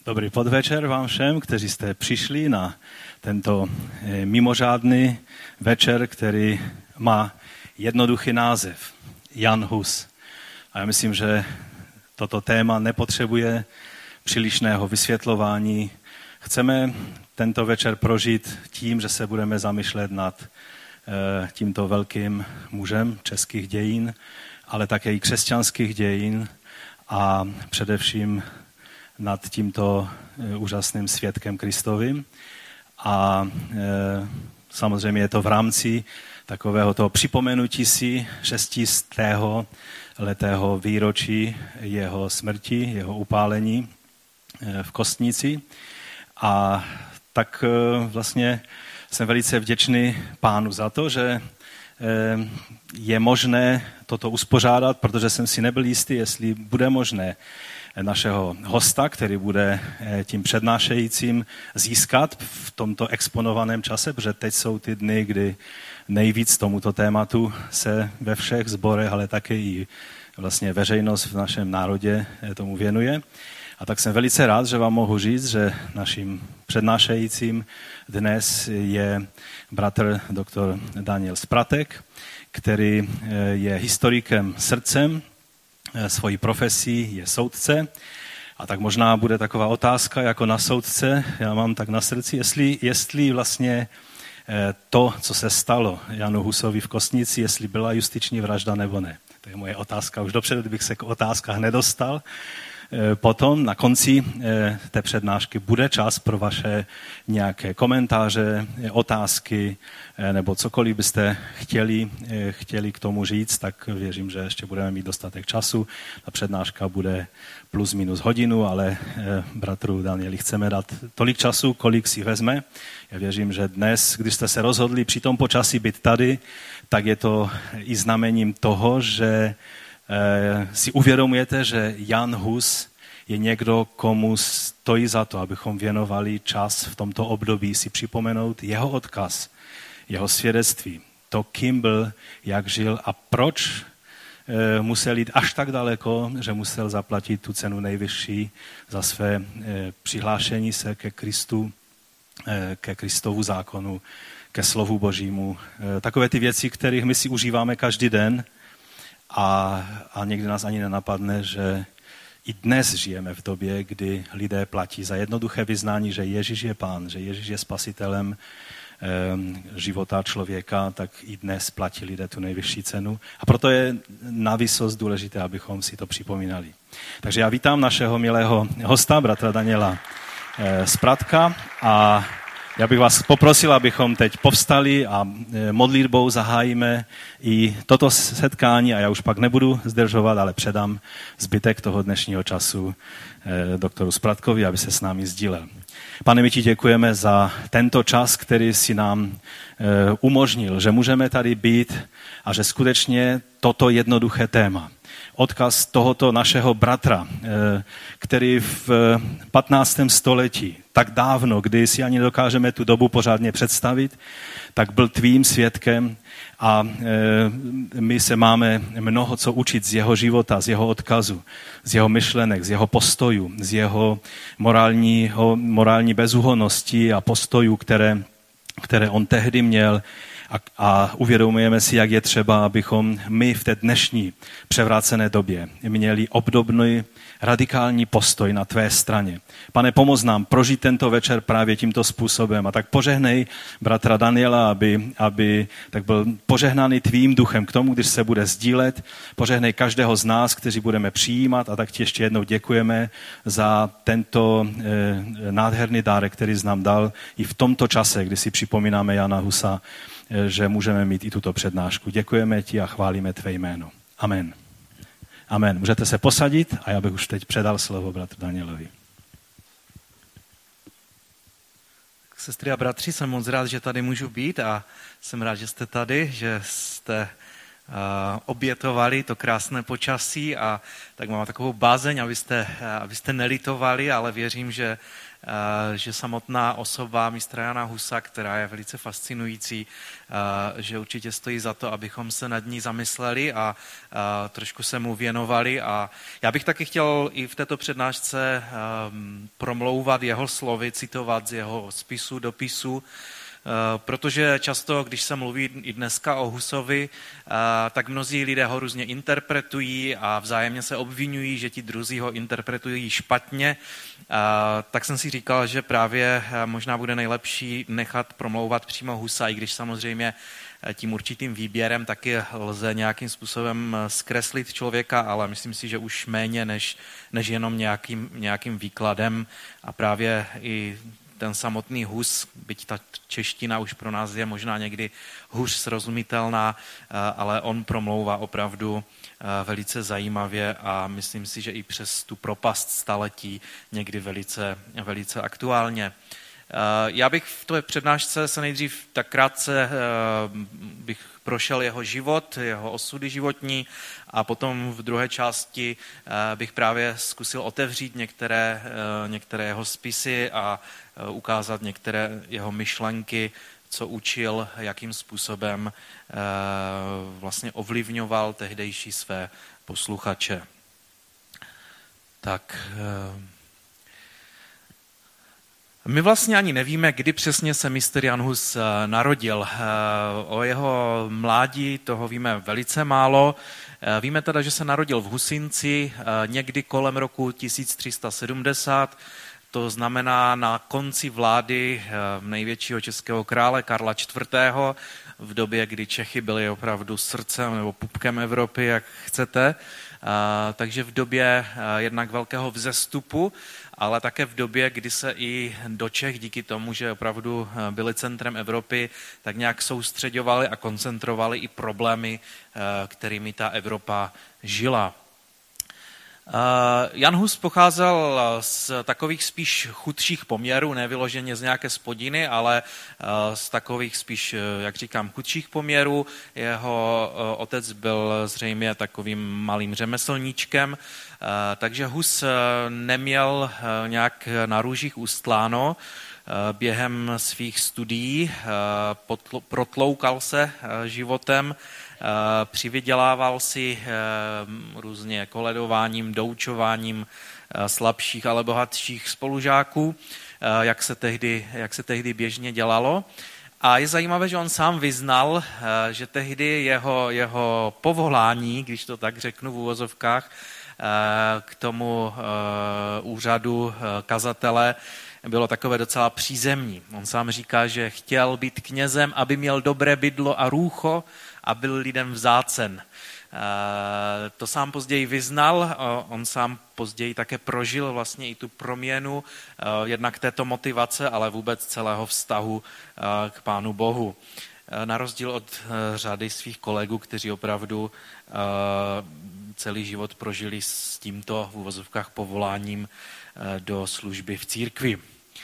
Dobrý podvečer vám všem, kteří jste přišli na tento mimořádný večer, který má jednoduchý název. Jan Hus. A já myslím, že toto téma nepotřebuje přílišného vysvětlování. Chceme tento večer prožít tím, že se budeme zamýšlet nad tímto velkým mužem českých dějin, ale také i křesťanských dějin a především nad tímto úžasným svědkem Kristovým. A samozřejmě je to v rámci takového toho připomenutí si 600. letého výročí jeho smrti, jeho upálení v Kostnici. A tak vlastně jsem velice vděčný Pánu za to, že je možné toto uspořádat, protože jsem si nebyl jistý, jestli bude možné našeho hosta, který bude tím přednášejícím, získat v tomto exponovaném čase, protože teď jsou ty dny, kdy nejvíc tomuto tématu se ve všech sborech, ale také i vlastně veřejnost v našem národě tomu věnuje. A tak jsem velice rád, že vám mohu říct, že naším přednášejícím dnes je bratr doktor Daniel Spratek, který je historikem srdcem, svojí profesí je soudce. A tak možná bude taková otázka jako na soudce, já mám tak na srdci, jestli vlastně to, co se stalo Janu Husovi v Kostnici, jestli byla justiční vražda nebo ne. To je moje otázka. Už dopředu bych se k otázkách nedostal. Potom na konci té přednášky bude čas pro vaše nějaké komentáře, otázky nebo cokoliv byste chtěli k tomu říct, tak věřím, že ještě budeme mít dostatek času. Ta přednáška bude plus minus hodinu, ale bratru Danieli chceme dát tolik času, kolik si vezme. Já věřím, že dnes, když jste se rozhodli při tom počasí být tady, tak je to i znamením toho, že si uvědomujete, že Jan Hus je někdo, komu stojí za to, abychom věnovali čas v tomto období si připomenout jeho odkaz, jeho svědectví, to, kým byl, jak žil a proč musel jít až tak daleko, že musel zaplatit tu cenu nejvyšší za své přihlášení se ke Kristu, ke Kristovu zákonu, ke slovu Božímu. Takové ty věci, kterých my si užíváme každý den, a někdy nás ani nenapadne, že i dnes žijeme v době, kdy lidé platí za jednoduché vyznání, že Ježíš je Pán, že Ježíš je spasitelem života člověka, tak i dnes platí lidé tu nejvyšší cenu. A proto je navýsost důležité, abychom si to připomínali. Takže já vítám našeho milého hosta, bratra Daniela Spratka, a já bych vás poprosil, abychom teď povstali a modlitbou zahájíme i toto setkání a já už pak nebudu zdržovat, ale předám zbytek toho dnešního času doktoru Spratkovi, aby se s námi sdílel. Pane, my ti děkujeme za tento čas, který si nám umožnil, že můžeme tady být a že skutečně toto jednoduché téma, odkaz tohoto našeho bratra, který v 15. století, tak dávno, kdy si ani nedokážeme tu dobu pořádně představit, tak byl tvým svědkem a my se máme mnoho co učit z jeho života, z jeho odkazu, z jeho myšlenek, z jeho postojů, z jeho morální bezúhonnosti a postojů, které on tehdy měl. A uvědomujeme si, jak je třeba, abychom my v té dnešní převrácené době měli obdobný radikální postoj na tvé straně. Pane, pomoz nám prožít tento večer právě tímto způsobem a tak požehnej bratra Daniela, aby tak byl požehnaný tvým duchem k tomu, když se bude sdílet. Požehnej každého z nás, kteří budeme přijímat, a tak ti ještě jednou děkujeme za tento nádherný dárek, který jsi nám dal i v tomto čase, kdy si připomínáme Jana Husa, že můžeme mít i tuto přednášku. Děkujeme ti a chválíme tvé jméno. Amen. Amen. Můžete se posadit a já bych už teď předal slovo bratru Danielovi. Sestry a bratři, jsem moc rád, že tady můžu být a jsem rád, že jste tady, že jste obětovali to krásné počasí a tak mám takovou bázeň, abyste nelitovali, ale věřím, že samotná osoba mistra Jana Husa, která je velice fascinující, že určitě stojí za to, abychom se nad ní zamysleli a trošku se mu věnovali. A já bych taky chtěl i v této přednášce promlouvat jeho slovy, citovat z jeho spisů, dopisů, protože často, když se mluví i dneska o Husovi, tak mnozí lidé ho různě interpretují a vzájemně se obvinují, že ti druzí ho interpretují špatně. Tak jsem si říkal, že právě možná bude nejlepší nechat promlouvat přímo Husa, i když samozřejmě tím určitým výběrem taky lze nějakým způsobem zkreslit člověka, ale myslím si, že už méně než jenom nějakým výkladem a právě i ten samotný Hus, byť ta čeština už pro nás je možná někdy hůř srozumitelná, ale on promlouvá opravdu velice zajímavě a myslím si, že i přes tu propast staletí někdy velice aktuálně. Já bych v té přednášce se nejdřív tak krátce bych prošel jeho život, jeho osudy životní a potom v druhé části bych právě zkusil otevřít některé jeho spisy a ukázat některé jeho myšlenky, co učil, jakým způsobem vlastně ovlivňoval tehdejší své posluchače. Tak my vlastně ani nevíme, kdy přesně se mistr Jan Hus narodil. O jeho mládí toho víme velice málo. Víme teda, že se narodil v Husinci někdy kolem roku 1370, to znamená na konci vlády největšího českého krále Karla IV. V době, kdy Čechy byly opravdu srdcem nebo pupkem Evropy, jak chcete. Takže v době jednak velkého vzestupu, ale také v době, kdy se i do Čech, díky tomu, že opravdu byly centrem Evropy, tak nějak soustředovaly a koncentrovaly i problémy, kterými ta Evropa žila. Jan Hus pocházel z takových spíš chudších poměrů, nevyloženě z nějaké spodiny, ale z takových spíš, jak říkám, chudších poměrů. Jeho otec byl zřejmě takovým malým řemeslníčkem, takže Hus neměl nějak na růžích ustláno. Během svých studií protloukal se životem, přivydělával si různě koledováním, doučováním slabších, ale bohatších spolužáků, jak se tehdy běžně dělalo. A je zajímavé, že on sám vyznal, že tehdy jeho povolání, když to tak řeknu v uvozovkách, k tomu úřadu kazatele bylo takové docela přízemní. On sám říká, že chtěl být knězem, aby měl dobré bydlo a růcho a byl lidem vzácen. To sám později vyznal, on sám později také prožil vlastně i tu proměnu jednak této motivace, ale vůbec celého vztahu k Pánu Bohu. Na rozdíl od řady svých kolegů, kteří opravdu celý život prožili s tímto v uvozovkách povoláním do služby v církvi.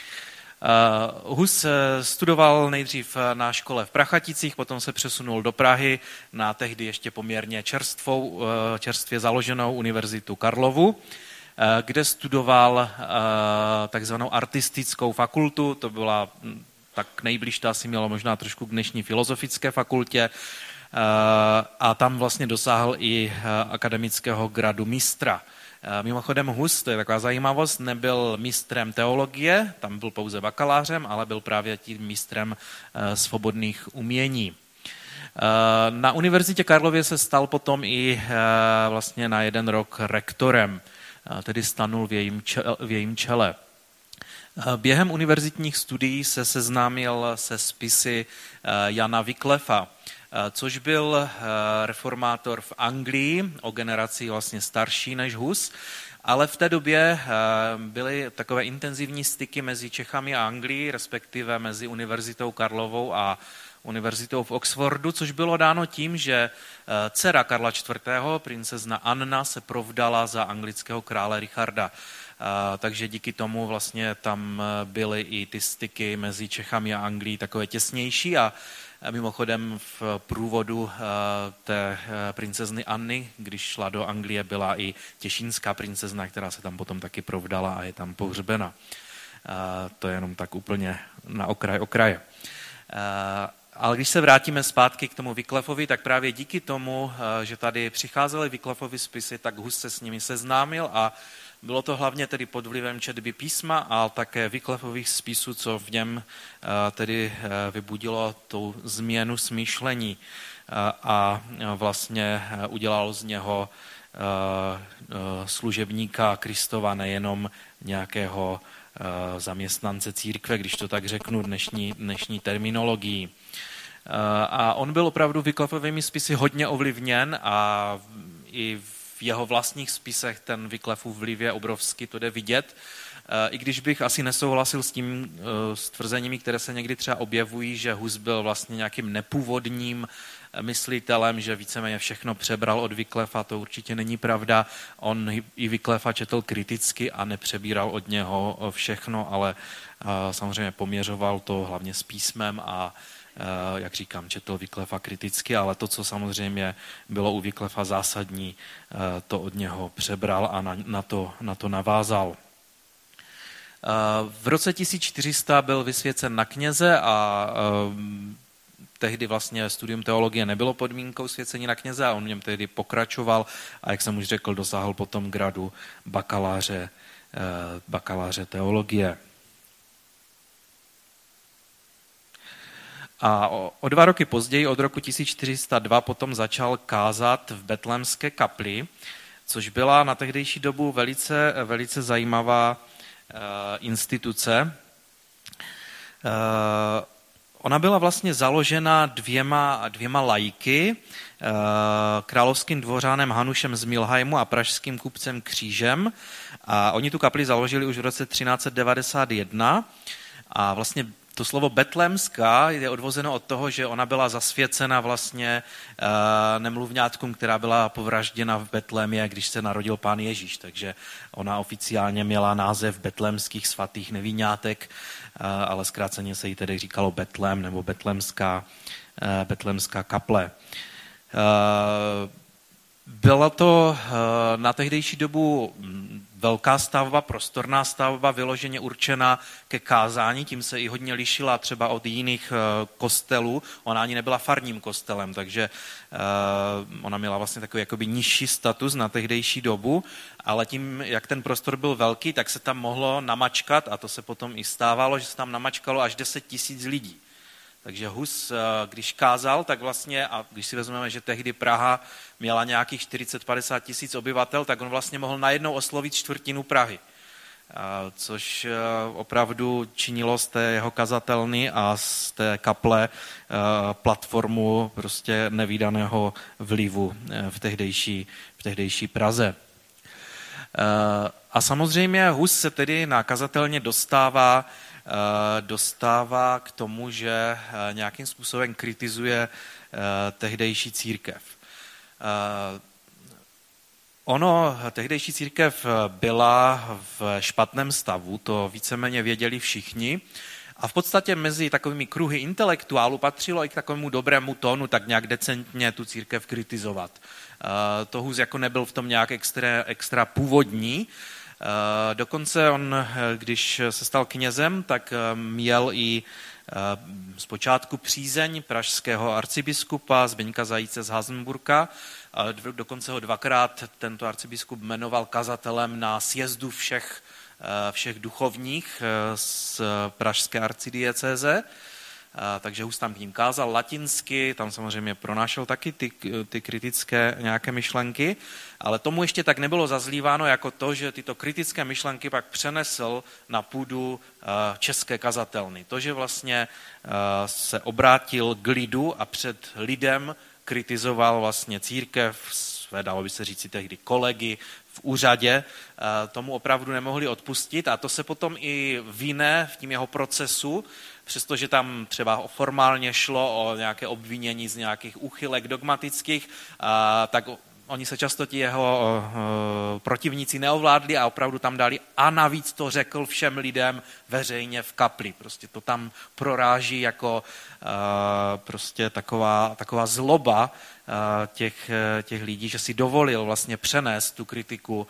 Hus studoval nejdřív na škole v Prachaticích, potom se přesunul do Prahy na tehdy ještě poměrně čerstvě založenou Univerzitu Karlovu, kde studoval takzvanou artistickou fakultu, to byla tak nejblíž, to asi mělo možná trošku k dnešní filozofické fakultě, a tam vlastně dosáhl i akademického gradu mistra. Mimochodem Hus, to je taková zajímavost, nebyl mistrem teologie, tam byl pouze bakalářem, ale byl právě tím mistrem svobodných umění. Na Univerzitě Karlově se stal potom i vlastně na 1 rok rektorem, tedy stanul v jejím čele. Během univerzitních studií se seznámil se spisy Jana Wyclefa, což byl reformátor v Anglii, o generaci vlastně starší než Hus, ale v té době byly takové intenzivní styky mezi Čechami a Anglií, respektive mezi Univerzitou Karlovou a Univerzitou v Oxfordu, což bylo dáno tím, že dcera Karla IV., princezna Anna, se provdala za anglického krále Richarda takže díky tomu vlastně tam byly i ty styky mezi Čechami a Anglií takové těsnější a mimochodem v průvodu té princezny Anny, když šla do Anglie, byla i těšínská princezna, která se tam potom taky provdala a je tam pohřbena. To je jenom tak úplně na okraje. Ale když se vrátíme zpátky k tomu Wyclifovi, tak právě díky tomu, že tady přicházely Wyclifovy spisy, tak Hus se s nimi seznámil a bylo to hlavně tedy pod vlivem četby písma, ale také Wyclifových spisů, co v něm tedy vybudilo tu změnu smýšlení a vlastně udělalo z něho služebníka Kristova, nejenom nějakého zaměstnance církve, když to tak řeknu dnešní terminologií. A on byl opravdu Wyclifovými spisy hodně ovlivněn a i v jeho vlastních spisech ten Wyclifův vliv je obrovský, to jde vidět. I když bych asi nesouhlasil s tím s tvrzeními, které se někdy třeba objevují, že Hus byl vlastně nějakým nepůvodním myslitelem, že víceméně všechno přebral od Wyclifa, to určitě není pravda. On i Wyclifa četl kriticky a nepřebíral od něho všechno, ale samozřejmě poměřoval to hlavně s písmem a jak říkám, četl Wyclifa kriticky, ale to, co samozřejmě bylo u Wyclifa zásadní, to od něho přebral a na to navázal. V roce 1400 byl vysvěcen na kněze a tehdy vlastně studium teologie nebylo podmínkou svěcení na kněze a on v něm tehdy pokračoval a jak jsem už řekl, dosáhl potom gradu bakaláře teologie. A o 2 roky později, od roku 1402, potom začal kázat v Betlémské kapli, což byla na tehdejší dobu velice zajímavá instituce. Ona byla vlastně založena dvěma laiky, královským dvořánem Hanušem z Milheimu a pražským kupcem Křížem. A oni tu kapli založili už v roce 1391 a vlastně to slovo betlémská je odvozeno od toho, že ona byla zasvěcena vlastně nemluvňátkům, která byla povražděna v Betlémě, když se narodil Pán Ježíš. Takže ona oficiálně měla název Betlémských svatých neviňátek, ale zkráceně se jí tedy říkalo Betlém nebo Betlémská kaple. Byla to na tehdejší dobu velká stavba, prostorná stavba, vyloženě určená ke kázání, tím se i hodně lišila třeba od jiných kostelů. Ona ani nebyla farním kostelem, takže ona měla vlastně takový jakoby nižší status na tehdejší dobu, ale tím, jak ten prostor byl velký, tak se tam mohlo namačkat, a to se potom i stávalo, že se tam namačkalo až 10 000 lidí. Takže Hus, když kázal, tak vlastně, a když si vezmeme, že tehdy Praha měla nějakých 40-50 tisíc obyvatel, tak on vlastně mohl najednou oslovit čtvrtinu Prahy. Což opravdu činilo z té jeho kazatelny a z té kaple platformu prostě nevídaného vlivu v tehdejší Praze. A samozřejmě Hus se tedy na kazatelně dostává k tomu, že nějakým způsobem kritizuje tehdejší církev. Tehdejší církev byla v špatném stavu, to víceméně věděli všichni, a v podstatě mezi takovými kruhy intelektuálů patřilo i k takovému dobrému tónu tak nějak decentně tu církev kritizovat. To Hus jako nebyl v tom nějak extra původní. Dokonce on, když se stal knězem, tak měl i zpočátku přízeň pražského arcibiskupa Zbyňka Zajíce z Hasenburka. Dokonce ho 2krát tento arcibiskup jmenoval kazatelem na sjezdu všech duchovních z pražské arcidiecéze. Takže Hus tam k ním kázal latinsky, tam samozřejmě pronášel taky ty kritické nějaké myšlenky, ale tomu ještě tak nebylo zazlíváno jako to, že tyto kritické myšlenky pak přenesl na půdu české kazatelny. To, že vlastně se obrátil k lidu a před lidem kritizoval vlastně církev, své, dalo by se říct tehdy kolegy v úřadě, tomu opravdu nemohli odpustit a to se potom i vine v tím jeho procesu, přestože tam třeba formálně šlo o nějaké obvinění z nějakých úchylek dogmatických, tak oni se často ti jeho protivníci neovládli a opravdu tam dali a navíc to řekl všem lidem veřejně v kapli. Prostě to tam proráží jako prostě taková zloba těch lidí, že si dovolil vlastně přenést tu kritiku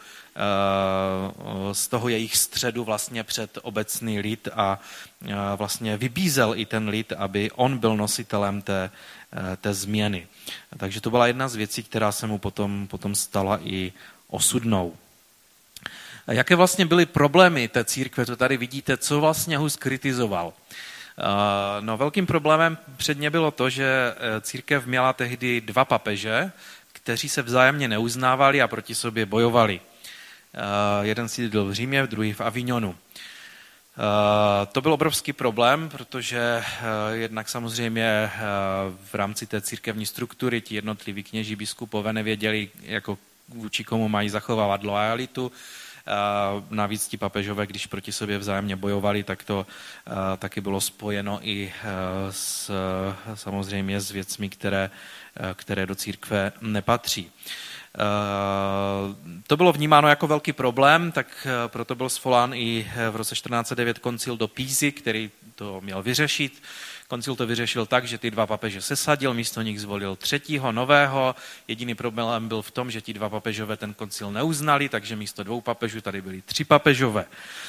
z toho jejich středu vlastně před obecný lid a vlastně vybízel i ten lid, aby on byl nositelem té změny. Takže to byla jedna z věcí, která se mu potom stala i osudnou. Jaké vlastně byly problémy té církve, to tady vidíte, co vlastně Hus kritizoval. No, velkým problémem předně bylo to, že církev měla tehdy 2 papeže, kteří se vzájemně neuznávali a proti sobě bojovali. Jeden sídlil v Římě, druhý v Avignonu. To byl obrovský problém, protože jednak samozřejmě v rámci té církevní struktury ti jednotliví kněží, biskupové nevěděli, jako vůči komu mají zachovávat loajalitu. Navíc ti papežové, když proti sobě vzájemně bojovali, tak to taky bylo spojeno i samozřejmě s věcmi, které do církve nepatří. To bylo vnímáno jako velký problém, tak proto byl svolán i v roce 1409 koncil do Pízy, který to měl vyřešit. Koncil to vyřešil tak, že ty 2 papeže sesadil, místo nich zvolil 3. nového. Jediný problém byl v tom, že ti 2 papežové ten koncil neuznali, takže místo 2 papežů tady byli 3 papežové.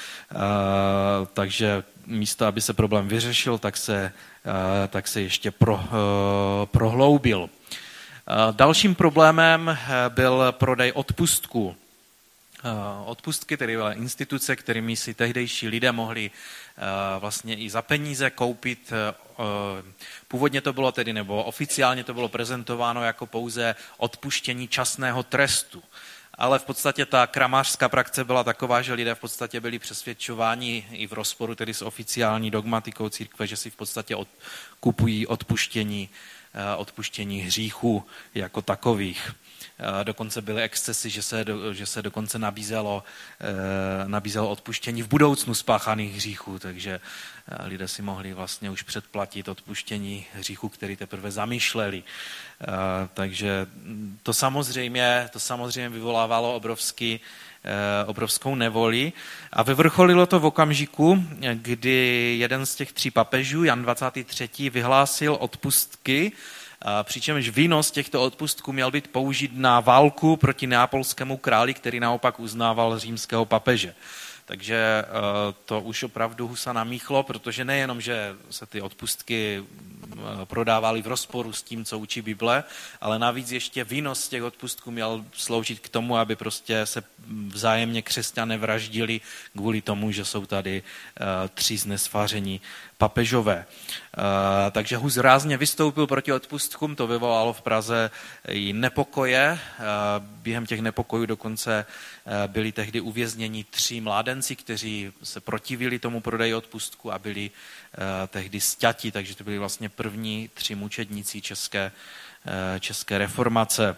Takže místo, aby se problém vyřešil, tak se ještě prohloubil. Dalším problémem byl prodej odpustků. Odpustky, tedy byla instituce, kterými si tehdejší lidé mohli vlastně i za peníze koupit. Původně to bylo tedy, nebo oficiálně to bylo prezentováno jako pouze odpuštění časného trestu. Ale v podstatě ta kramářská praxe byla taková, že lidé v podstatě byli přesvědčováni i v rozporu tedy s oficiální dogmatikou církve, že si v podstatě kupují odpuštění hříchů jako takových. Dokonce byly excesy, že se dokonce nabízelo odpuštění v budoucnu spáchaných hříchů, takže lidé si mohli vlastně už předplatit odpuštění hříchů, který teprve zamýšleli. Takže to samozřejmě vyvolávalo obrovskou nevoli a vyvrcholilo to v okamžiku, kdy jeden z těch 3 papežů, Jan 23., vyhlásil odpustky, přičemž výnos těchto odpustků měl být použit na válku proti neapolskému králi, který naopak uznával římského papeže. Takže to už opravdu Husa namíchlo, protože nejenom, že se ty odpustky prodávaly v rozporu s tím, co učí Bible, ale navíc ještě výnos z těch odpustků měl sloužit k tomu, aby prostě se vzájemně křesťané vraždili kvůli tomu, že jsou tady 3 znesváření papežové. Takže Hus rázně vystoupil proti odpustkům, to vyvolalo v Praze i nepokoje. Během těch nepokojů dokonce byli tehdy uvězněni 3 mládenci, kteří se protivili tomu prodeji odpustku a byli tehdy sťati, takže to byli vlastně první 3 mučedníci české reformace.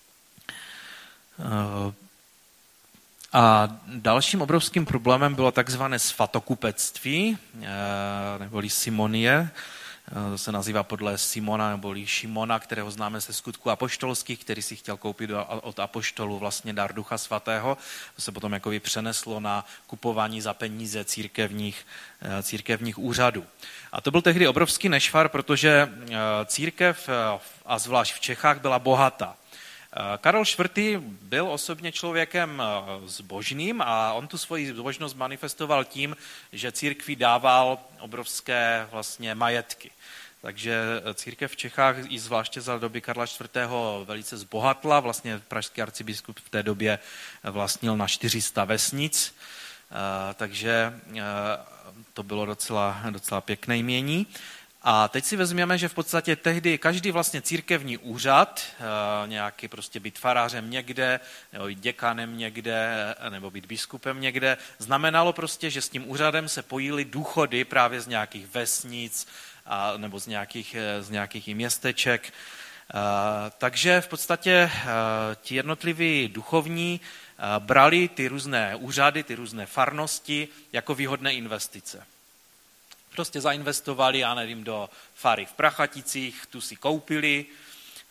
A dalším obrovským problémem bylo takzvané svatokupectví, neboli simonie. To se nazývá podle Simona neboli Šimona, kterého známe ze Skutků apoštolských, který si chtěl koupit od apoštolů vlastně dar Ducha Svatého. To se potom jakoby přeneslo na kupování za peníze církevních úřadů. A to byl tehdy obrovský nešvar, protože církev, a zvlášť v Čechách, byla bohatá. Karel IV. Byl osobně člověkem zbožným a on tu svoji zbožnost manifestoval tím, že církvi dával obrovské vlastně majetky. Takže církev v Čechách i zvláště za doby Karla IV. Velice zbohatla. Vlastně pražský arcibiskup v té době vlastnil na 400 vesnic, takže to bylo docela pěkné jmění. A teď si vezmeme, že v podstatě tehdy každý vlastně církevní úřad, nějaký prostě být farářem někde, nebo být děkanem někde, nebo být biskupem někde, znamenalo prostě, že s tím úřadem se pojily důchody právě z nějakých vesnic nebo z nějakých městeček. Takže v podstatě ti jednotliví duchovní brali ty různé úřady, ty různé farnosti jako výhodné investice. Prostě zainvestovali, já nevím, do fary v Prachaticích, tu si koupili,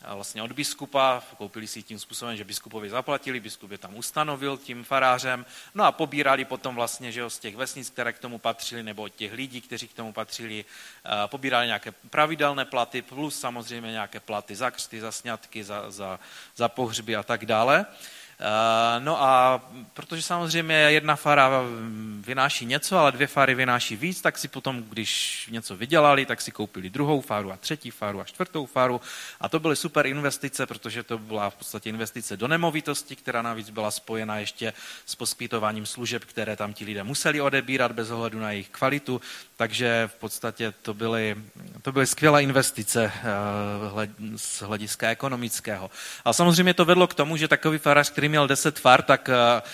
vlastně od biskupa, koupili si tím způsobem, že biskupovi zaplatili, biskup je tam ustanovil tím farářem, no a pobírali potom vlastně, že jo, z těch vesnic, které k tomu patřili, nebo od těch lidí, kteří k tomu patřili, pobírali nějaké pravidelné platy, plus samozřejmě nějaké platy za křty, za sňatky, za pohřby a tak dále. No a protože samozřejmě jedna fara vynáší něco, ale 2 fary vynáší víc, tak si potom, když něco vydělali, tak si koupili 2. faru a 3. faru a 4. faru a to byly super investice, protože to byla v podstatě investice do nemovitosti, která navíc byla spojena ještě s poskytováním služeb, které tam ti lidé museli odebírat bez ohledu na jejich kvalitu, takže v podstatě to byly skvělé investice z hlediska ekonomického. A samozřejmě to vedlo k tomu, že takový farář, který měl 10 far, tak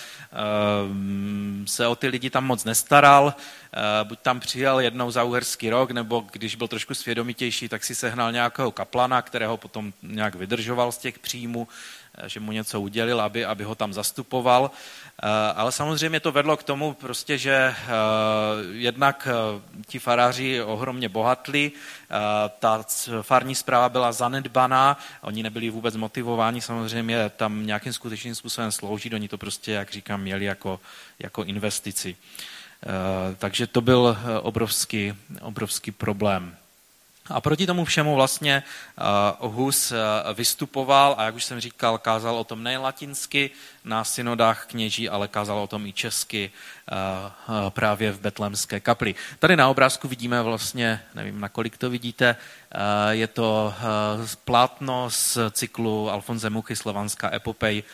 se o ty lidi tam moc nestaral, buď tam přijel jednou za uherský rok, nebo když byl trošku svědomitější, tak si sehnal nějakého kaplana, kterého potom nějak vydržoval z těch příjmů, že mu něco udělil, aby ho tam zastupoval. Ale samozřejmě to vedlo k tomu prostě, že jednak ti faráři ohromně bohatli, ta farní správa byla zanedbaná, oni nebyli vůbec motivováni samozřejmě tam nějakým skutečným způsobem sloužit, oni to prostě, jak říkám, měli jako investici. Takže to byl obrovský problém. A proti tomu všemu vlastně Hus vystupoval a jak už jsem říkal, kázal o tom nejen latinsky na synodách kněží, ale kázal o tom i česky právě v Betlémské kapli. Tady na obrázku vidíme vlastně, nevím, nakolik to vidíte, je to plátno z cyklu Alfonse Muchy Slovanská epopej,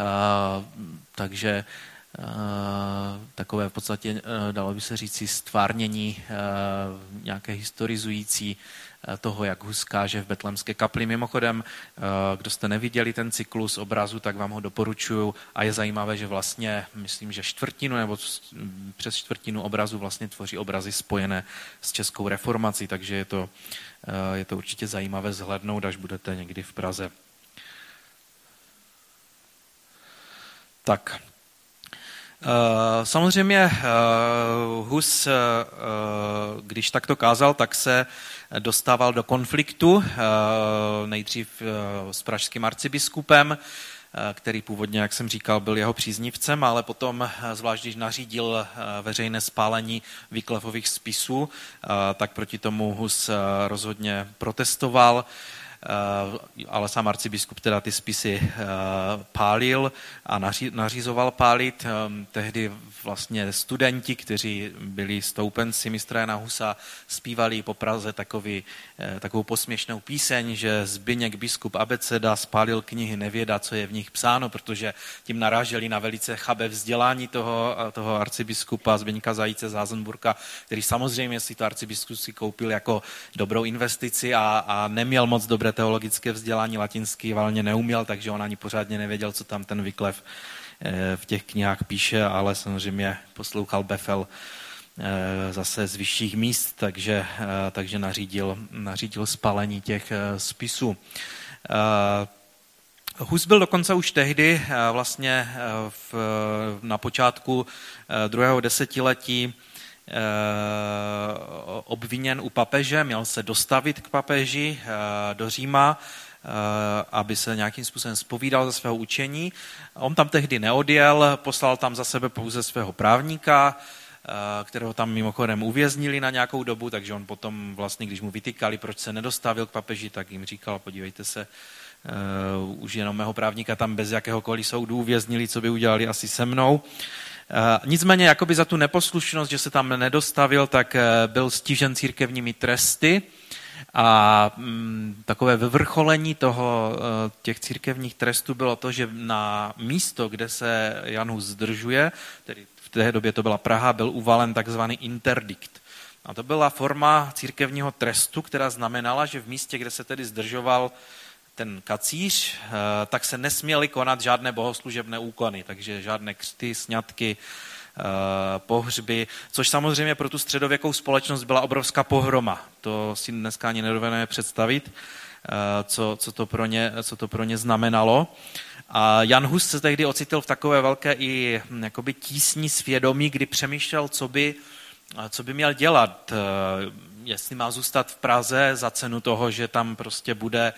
takže takové v podstatě, dalo by se říci, stvárnění nějaké historizující toho, jak Hus káže v Betlémské kapli. Mimochodem, kdo jste neviděli ten cyklus obrazu, tak vám ho doporučuju a je zajímavé, že vlastně, myslím, že čtvrtinu nebo přes čtvrtinu obrazu vlastně tvoří obrazy spojené s českou reformací, takže je to určitě zajímavé zhlédnout, až budete někdy v Praze. Tak. Samozřejmě Hus, když takto kázal, tak se dostával do konfliktu, nejdřív s pražským arcibiskupem, který původně, jak jsem říkal, byl jeho příznivcem, ale potom, zvlášť když nařídil veřejné spálení Wyclifových spisů, tak proti tomu Hus rozhodně protestoval, ale sám arcibiskup teda ty spisy pálil a nařizoval pálit. Tehdy vlastně studenti, kteří byli stoupenci mistra Jana Husa, zpívali po Praze takovou posměšnou píseň, že Zbyněk biskup abeceda spálil knihy, nevědá, co je v nich psáno, protože tím naráželi na velice chabé vzdělání toho arcibiskupa Zbyňka Zajíce z Hasenburka, který samozřejmě si to arcibiskup si koupil jako dobrou investici a neměl moc dobré teologické vzdělání, latinsky valně neuměl, takže on ani pořádně nevěděl, co tam ten Wyclif v těch knihách píše, ale samozřejmě poslouchal Befel zase z vyšších míst, takže nařídil spálení těch spisů. Hus byl dokonce už tehdy vlastně na počátku druhého desetiletí obviněn u papeže, měl se dostavit k papeži do Říma, aby se nějakým způsobem zpovídal ze svého učení. On tam tehdy neodjel, poslal tam za sebe pouze svého právníka, kterého tam mimochodem uvěznili na nějakou dobu, takže on potom vlastně, když mu vytýkali, proč se nedostavil k papeži, tak jim říkal, podívejte se, už jenom mého právníka tam bez jakéhokoliv soudu uvěznili, co by udělali asi se mnou. Nicméně jakoby za tu neposlušnost, že se tam nedostavil, tak byl stižen církevními tresty a takové vyvrcholení těch církevních trestů bylo to, že na místo, kde se Jan Hus zdržuje, tedy v té době to byla Praha, byl uvalen takzvaný interdikt. A to byla forma církevního trestu, která znamenala, že v místě, kde se tedy zdržoval ten kacíř, tak se nesměly konat žádné bohoslužebné úkony, takže žádné křty, sňatky, pohřby, což samozřejmě pro tu středověkou společnost byla obrovská pohroma. To si dneska ani nedovedeme představit, co to pro ně znamenalo. A Jan Hus se tehdy ocitl v takové velké i jakoby tísni svědomí, kdy přemýšlel, co by měl dělat, jestli má zůstat v Praze za cenu toho, že tam prostě bude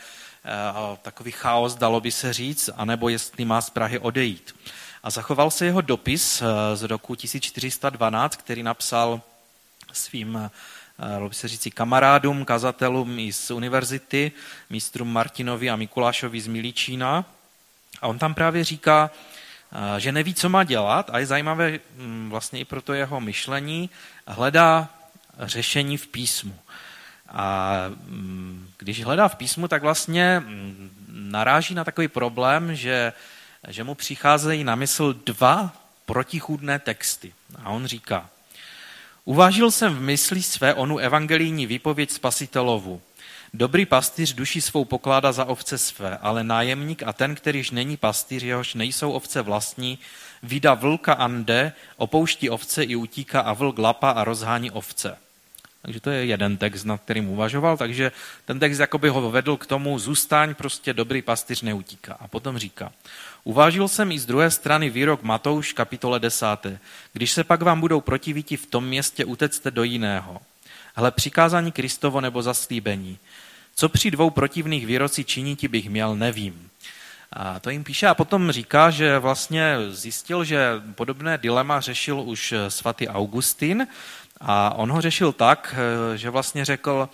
takový chaos, dalo by se říct, anebo jestli má z Prahy odejít. A zachoval se jeho dopis z roku 1412, který napsal svým, dalo by se říct, kamarádům, kazatelům i z univerzity, mistrům Martinovi a Mikulášovi z Miličína. A on tam právě říká, že neví, co má dělat a je zajímavé vlastně i pro to jeho myšlení, hledá řešení v písmu. A když hledá v písmu, tak vlastně naráží na takový problém, že mu přicházejí na mysl dva protichůdné texty. A on říká, uvážil jsem v mysli své onu evangelijní výpověď Spasitelovu. Dobrý pastýř duši svou pokládá za ovce své, ale nájemník a ten, kterýž není pastýř, jehož nejsou ovce vlastní, vydá vlka a jde, opouští ovce i utíká a vlk lapá a rozhání ovce. Takže to je jeden text, nad kterým uvažoval, takže ten text jakoby ho vedl k tomu, zůstaň, prostě dobrý pastýř neutíká. A potom říká, uvážil jsem i z druhé strany výrok Matouš, kapitole 10. Když se pak vám budou protivíti v tom městě, utecte do jiného. Hle, přikázání Kristovo nebo zaslíbení. Co při dvou protivných výroci činiti bych měl, nevím. A to jim píše a potom říká, že vlastně zjistil, že podobné dilema řešil už svatý Augustin a on ho řešil tak, že vlastně řekl,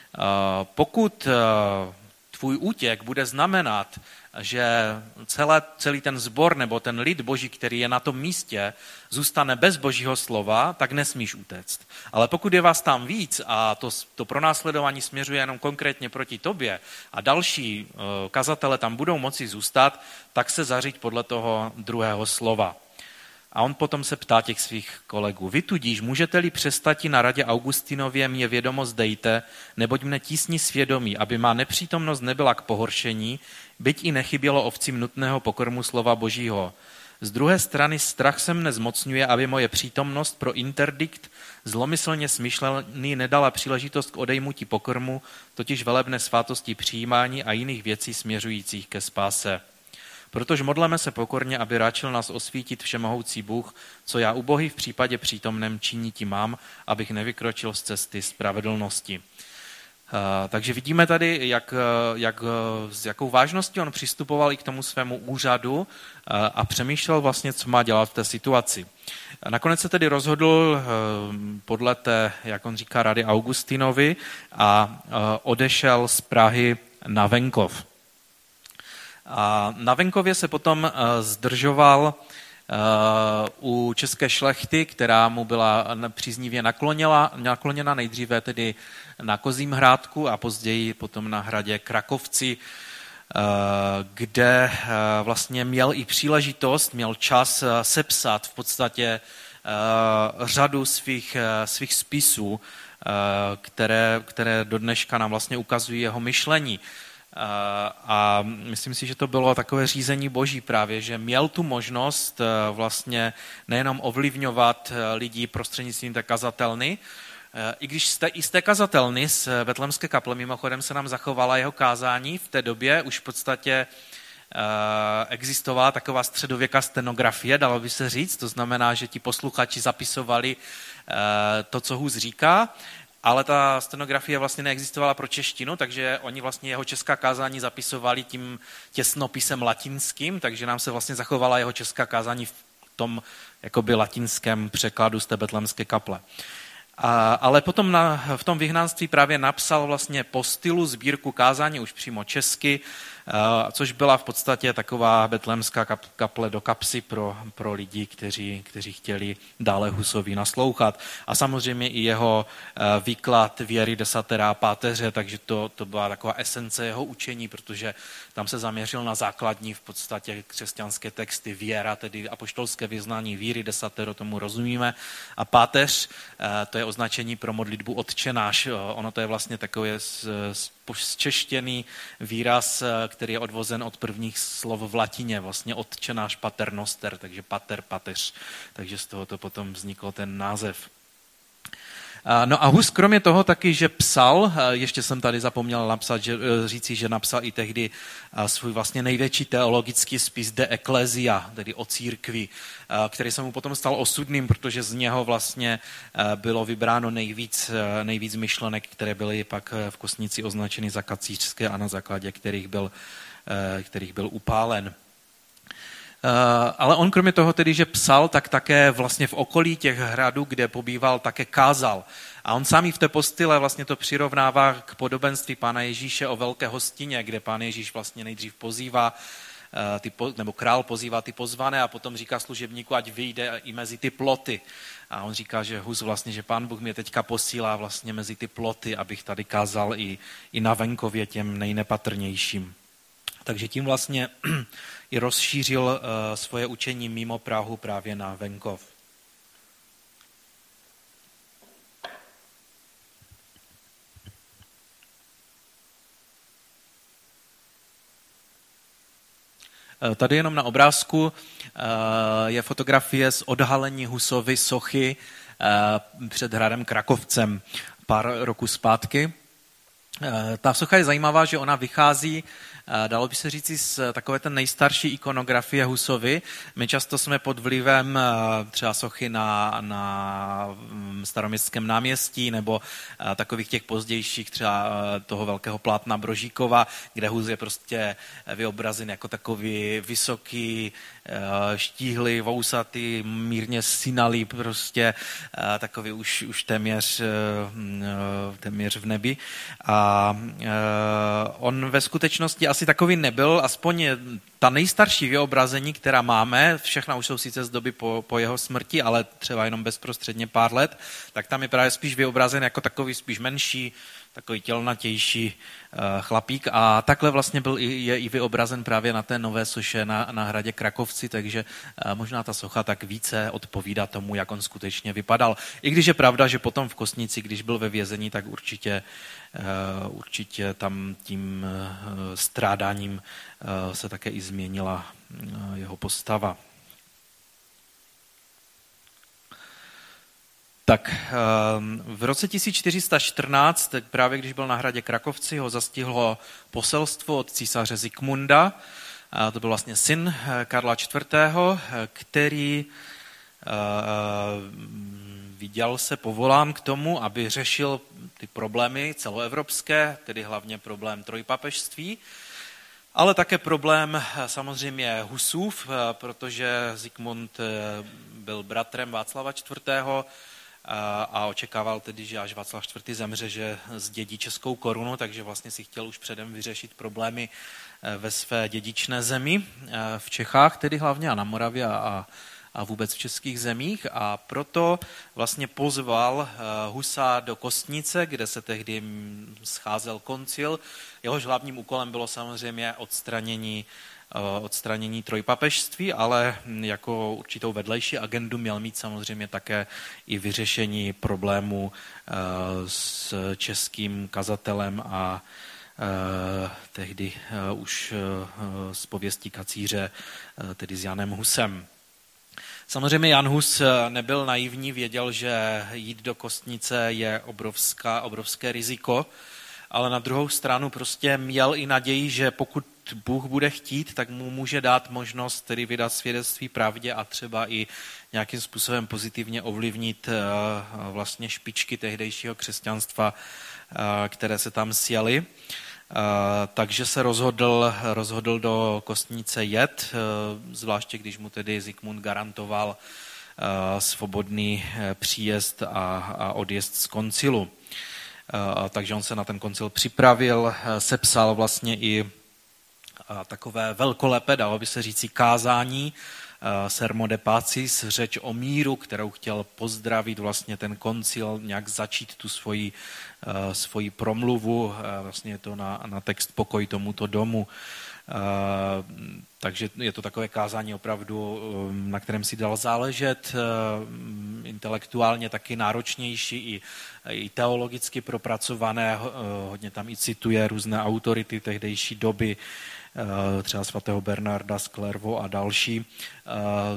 pokud tvůj útěk bude znamenat, že celý ten sbor nebo ten lid boží, který je na tom místě, zůstane bez božího slova, tak nesmíš utéct. Ale pokud je vás tam víc a to pronásledování směřuje jenom konkrétně proti tobě a další kazatele tam budou moci zůstat, tak se zařiď podle toho druhého slova. A on potom se ptá těch svých kolegů. Vy tudíž můžete-li přestati na radě Augustinově mě vědomost dejte, neboť mne tísní svědomí, aby má nepřítomnost nebyla k pohoršení, byť i nechybělo ovcím nutného pokrmu slova Božího. Z druhé strany strach se mne zmocňuje, aby moje přítomnost pro interdikt zlomyslně smyšlený nedala příležitost k odejmutí pokrmu, totiž velebné svátosti přijímání a jiných věcí směřujících ke spáse. Protože modleme se pokorně, aby ráčil nás osvítit všemohoucí Bůh, co já ubohý v případě přítomném činiti mám, abych nevykročil z cesty spravedlnosti. Takže vidíme tady, s jakou vážností on přistupoval i k tomu svému úřadu a přemýšlel vlastně, co má dělat v té situaci. Nakonec se tedy rozhodl podle té, jak on říká, rady Augustinovi a odešel z Prahy na venkov. A na venkově se potom zdržoval u české šlechty, která mu byla příznivě nakloněna nejdříve tedy na Kozím Hrádku a později potom na hradě Krakovci, kde vlastně měl i příležitost, měl čas sepsat v podstatě řadu svých spisů, které do dneška nám vlastně ukazují jeho myšlení. A myslím si, že to bylo takové řízení Boží právě, že měl tu možnost vlastně nejenom ovlivňovat lidi prostřednictvím té kazatelny, i když z té kazatelny z Betlémské kaple, mimochodem se nám zachovala jeho kázání, v té době už v podstatě existovala taková středověká stenografie, dalo by se říct, to znamená, že ti posluchači zapisovali to, co Hus říká, ale ta stenografie vlastně neexistovala pro češtinu, takže oni vlastně jeho česká kázání zapisovali tím těsnopisem latinským, takže nám se vlastně zachovala jeho česká kázání v tom jakoby latinském překladu z té Betlémské kaple. Ale potom v tom vyhnanství právě napsal vlastně po stylu sbírku kázání už přímo česky, což byla v podstatě taková betlémská kaple do kapsy pro lidi, kteří chtěli dále Husovi naslouchat. A samozřejmě i jeho výklad věry desatera a páteře, takže to byla taková esence jeho učení, protože tam se zaměřil na základní v podstatě křesťanské texty. Věra, tedy apoštolské vyznání víry, desatero, tomu rozumíme. A páteř, to je označení pro modlitbu Otče náš. Ono to je vlastně takový zčeštěný výraz, který je odvozen od prvních slov v latině, vlastně Otče náš pater noster, takže pater, pateř, takže z toho to potom vznikl ten název. No a Hus kromě toho taky, že psal, ještě jsem tady zapomněl napsat, říci, že napsal i tehdy svůj vlastně největší teologický spis De Ecclesia, tedy o církvi, který se mu potom stal osudným, protože z něho vlastně bylo vybráno nejvíc myšlenek, které byly pak v Kostnici označeny za kacířské a na základě kterých byl upálen. Ale on kromě toho tedy, že psal, tak také vlastně v okolí těch hradů, kde pobýval, také kázal. A on sám i v té postyle vlastně to přirovnává k podobenství Pána Ježíše o velké hostině, kde Pán Ježíš vlastně nejdřív pozývá, nebo král pozývá ty pozvané a potom říká služebníku, ať vyjde i mezi ty ploty. A on říká, že Hus vlastně, že Pán Bůh mě teďka posílá vlastně mezi ty ploty, abych tady kázal i na venkově těm nejnepatrnějším. Takže tím vlastně i rozšířil svoje učení mimo Prahu právě na venkov. Tady jenom na obrázku je fotografie z odhalení Husovy sochy před hradem Krakovcem pár roků zpátky. Ta socha je zajímavá, že ona vychází, dalo by se říci, z takové ten nejstarší ikonografie Husovy. My často jsme pod vlivem třeba sochy na Staroměstském náměstí nebo takových těch pozdějších, třeba toho velkého plátna Brožíkova, kde Hus je prostě vyobrazen jako takový vysoký, štíhlý, vousatý, mírně sinalý, prostě takový už téměř v nebi. A on ve skutečnosti asi takový nebyl, aspoň ta nejstarší vyobrazení, která máme, všechna už jsou sice z doby po jeho smrti, ale třeba jenom bezprostředně pár let, tak tam je právě spíš vyobrazen jako takový spíš menší, takový tělnatější chlapík a takhle vlastně je i vyobrazen právě na té nové soše na hradě Krakovci, takže možná ta socha tak více odpovídá tomu, jak on skutečně vypadal. I když je pravda, že potom v Kostnici, když byl ve vězení, tak určitě tam tím strádáním se také i změnila jeho postava. Tak v roce 1414, právě když byl na hradě Krakovci, ho zastihlo poselstvo od císaře Zikmunda. To byl vlastně syn Karla IV., který viděl se povolán k tomu, aby řešil ty problémy celoevropské, tedy hlavně problém trojpapežství, ale také problém samozřejmě Husův, protože Zikmund byl bratrem Václava IV. A očekával tedy, že až Václav IV. Zemře, že zdědí českou korunu, takže vlastně si chtěl už předem vyřešit problémy ve své dědičné zemi, v Čechách tedy hlavně a na Moravě a vůbec v českých zemích a proto vlastně pozval Husa do Kostnice, kde se tehdy scházel koncil. Jehož hlavním úkolem bylo samozřejmě odstranění trojpapežství, ale jako určitou vedlejší agendu měl mít samozřejmě také i vyřešení problému s českým kazatelem a tehdy už z pověstí kacíře, tedy s Janem Husem. Samozřejmě Jan Hus nebyl naivní, věděl, že jít do Kostnice je obrovské riziko, ale na druhou stranu prostě měl i naději, že pokud Bůh bude chtít, tak mu může dát možnost tedy vydat svědectví pravdě a třeba i nějakým způsobem pozitivně ovlivnit vlastně špičky tehdejšího křesťanstva, které se tam sjaly. Takže se rozhodl do Kostnice jet, zvláště když mu tedy Zikmund garantoval svobodný příjezd a odjezd z koncilu. Takže on se na ten koncil připravil, sepsal vlastně i takové velkolepé, dalo by se říci, kázání, Sermo de Pacis, řeč o míru, kterou chtěl pozdravit vlastně ten koncil, nějak začít tu svoji promluvu, vlastně je to na text Pokoj tomuto domu. Takže je to takové kázání opravdu, na kterém si dal záležet, intelektuálně taky náročnější i teologicky propracované, hodně tam i cituje různé autority tehdejší doby, třeba svatého Bernarda z Clairvaux a další.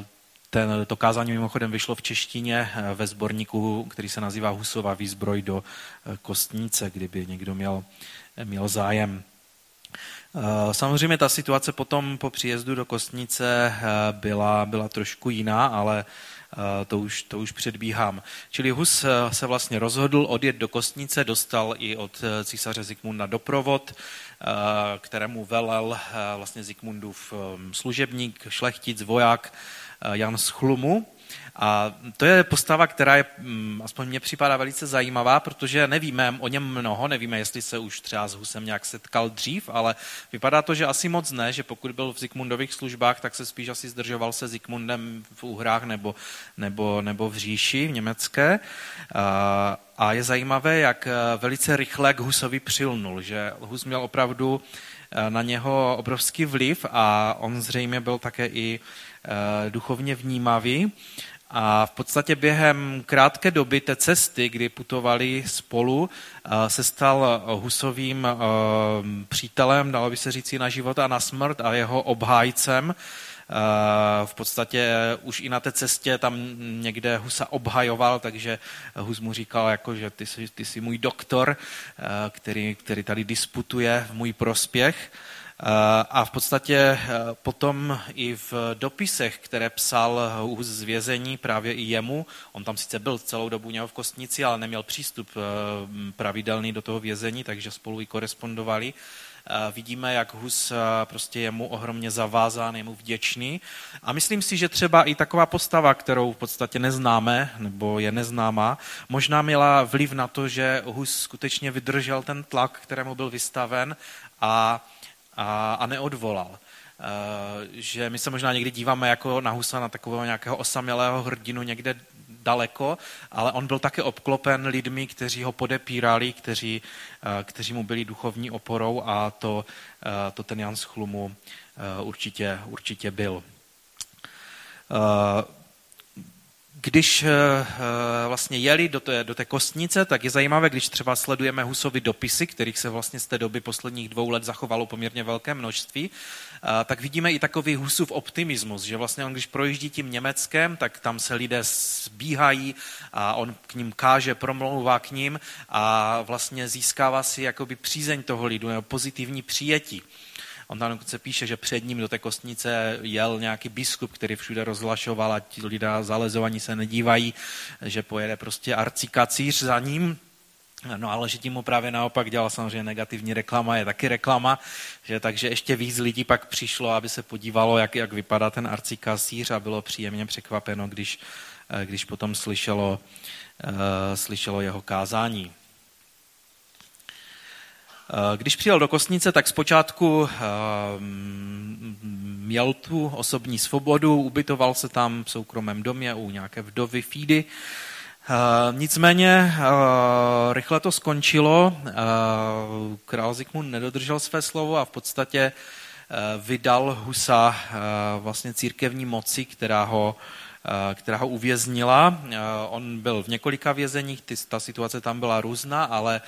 To kázání mimochodem vyšlo v češtině ve sborníku, který se nazývá Husova výzbroj do kostnice, kdyby někdo měl zájem. Samozřejmě ta situace potom po příjezdu do kostnice byla trošku jiná, ale to už předbíhám. Čili Hus se vlastně rozhodl odjet do kostnice, dostal i od císaře Zikmunda doprovod, kterému velel vlastně Zikmundův služebník, šlechtic, voják Jan z Chlumu. A to je postava, která je, aspoň mně připadá velice zajímavá, protože nevíme o něm mnoho, nevíme, jestli se už třeba s Husem nějak setkal dřív, ale vypadá to, že asi moc ne, že pokud byl v Zikmundových službách, tak se spíš asi zdržoval se Zikmundem v Uhrách nebo v říši v německé. A je zajímavé, jak velice rychle k Husovi přilnul, že Hus měl opravdu na něho obrovský vliv a on zřejmě byl také i duchovně vnímavý. A v podstatě během krátké doby té cesty, kdy putovali spolu, se stal Husovým přítelem, dalo by se říci, na život a na smrt a jeho obhájcem. V podstatě už i na té cestě tam někde Husa obhajoval, takže Hus mu říkal, jako, že ty jsi můj doktor, který tady disputuje v můj prospěch. A v podstatě potom i v dopisech, které psal Hus z vězení právě i jemu, on tam sice byl celou dobu něho v kostnici, ale neměl přístup pravidelný do toho vězení, takže spolu i korespondovali. Vidíme, jak Hus prostě je mu ohromně zavázán, je mu vděčný. A myslím si, že třeba i taková postava, kterou v podstatě neznáme, nebo je neznámá, možná měla vliv na to, že Hus skutečně vydržel ten tlak, kterému byl vystaven a neodvolal. Že my se možná někdy díváme jako na Husa, na takového nějakého osamělého hrdinu někde daleko, ale on byl také obklopen lidmi, kteří ho podepírali, kteří mu byli duchovní oporou a to ten Jan z Chlumu určitě byl. Když vlastně jeli do té kostnice, tak je zajímavé, když třeba sledujeme Husovy dopisy, kterých se vlastně z té doby posledních 2 let zachovalo poměrně velké množství, tak vidíme i takový Husův optimismus, že vlastně on, když projíždí tím Německem, tak tam se lidé sbíhají a on k ním káže, promlouvá k ním a vlastně získává si jakoby přízeň toho lidu nebo pozitivní přijetí. On tam se píše, že před ním do té kostnice jel nějaký biskup, který všude rozhlašoval a ti lidé zalezovaní se nedívají, že pojede prostě arcikacíř za ním. No ale že tím mu právě naopak dělal samozřejmě negativní reklama, je taky reklama, že takže ještě víc lidí pak přišlo, aby se podívalo, jak vypadá ten arcikacíř a bylo příjemně překvapeno, když potom slyšelo jeho kázání. Když přijel do kostnice, tak zpočátku měl tu osobní svobodu, ubytoval se tam v soukromém domě u nějaké vdovy Fídy. Nicméně rychle to skončilo, král Zikmund nedodržel své slovo a v podstatě vydal Husa vlastně církevní moci, která ho uvěznila. On byl v několika vězeních, ta situace tam byla různá, ale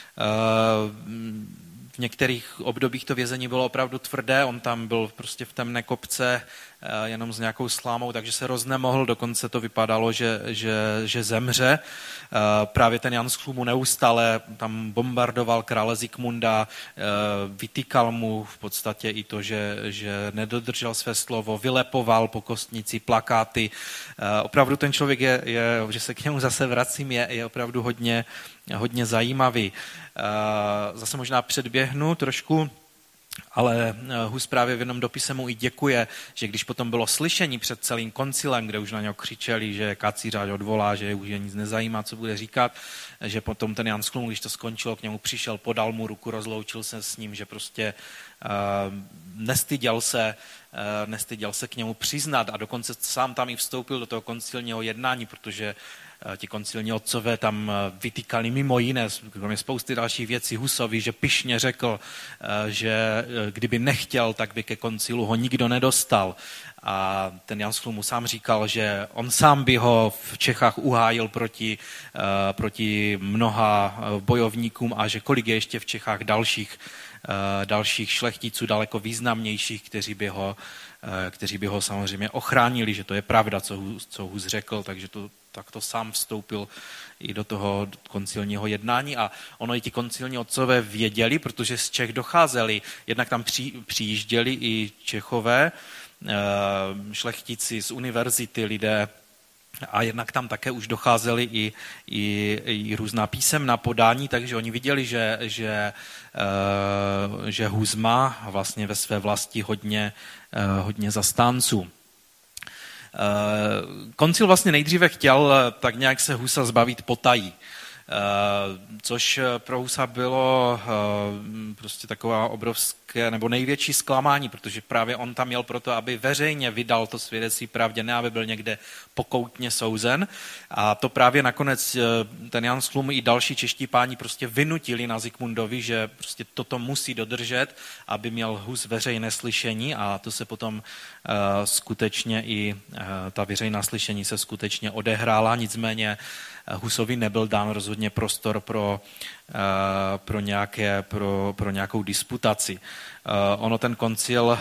v některých obdobích to vězení bylo opravdu tvrdé, on tam byl prostě v temné kopce jenom s nějakou slámou, takže se roznemohl, dokonce to vypadalo, že zemře. Právě ten Jan z Chlumu neustále tam bombardoval krále Zikmunda, vytýkal mu v podstatě i to, že nedodržel své slovo, vylepoval po kostnici plakáty. Opravdu ten člověk že se k němu zase vracím, je opravdu hodně zajímavý. Zase možná předběhnu trošku, ale Hus právě v jednom dopise mu i děkuje, že když potom bylo slyšení před celým koncilem, kde už na něho křičeli, že kacíř odvolá, že už je nic nezajímá, co bude říkat, že potom ten Jan z Chlumu, když to skončilo, k němu přišel, podal mu ruku, rozloučil se s ním, že prostě nestyděl se k němu přiznat a dokonce sám tam i vstoupil do toho koncilního jednání, protože ti koncilní otcové tam vytýkali mimo jiné, kromě spousty dalších věcí Husovi, že pyšně řekl, že kdyby nechtěl, tak by ke koncilu ho nikdo nedostal. A ten Jan z Chlumu sám říkal, že on sám by ho v Čechách uhájil proti mnoha bojovníkům a že kolik je ještě v Čechách dalších dalších šlechticů daleko významnějších, kteří by ho samozřejmě ochránili, že to je pravda, co Hus řekl, takže takto sám vstoupil i do toho koncilního jednání a ono i ti koncilní otcové věděli, protože z Čech docházeli, jednak tam přijížděli i Čechové, šlechtici z univerzity, lidé, a jednak tam také už docházely i různá písemná podání, takže oni viděli, že Hus má vlastně ve své vlasti hodně zastánců. Koncil vlastně nejdříve chtěl tak nějak se Husa zbavit potají, což pro Husa bylo prostě taková obrovské nebo největší zklamání, protože právě on tam měl proto, aby veřejně vydal to svědectví pravdě, ne aby byl někde pokoutně souzen. A to právě nakonec ten Jan Slum i další čeští páni prostě vynutili na Zikmundovi, že prostě toto musí dodržet, aby měl Hus veřejné slyšení a to se potom skutečně i ta veřejná slyšení se skutečně odehrála, nicméně Husovi nebyl dán rozhodně prostor pro nějakou disputaci. Ono ten koncil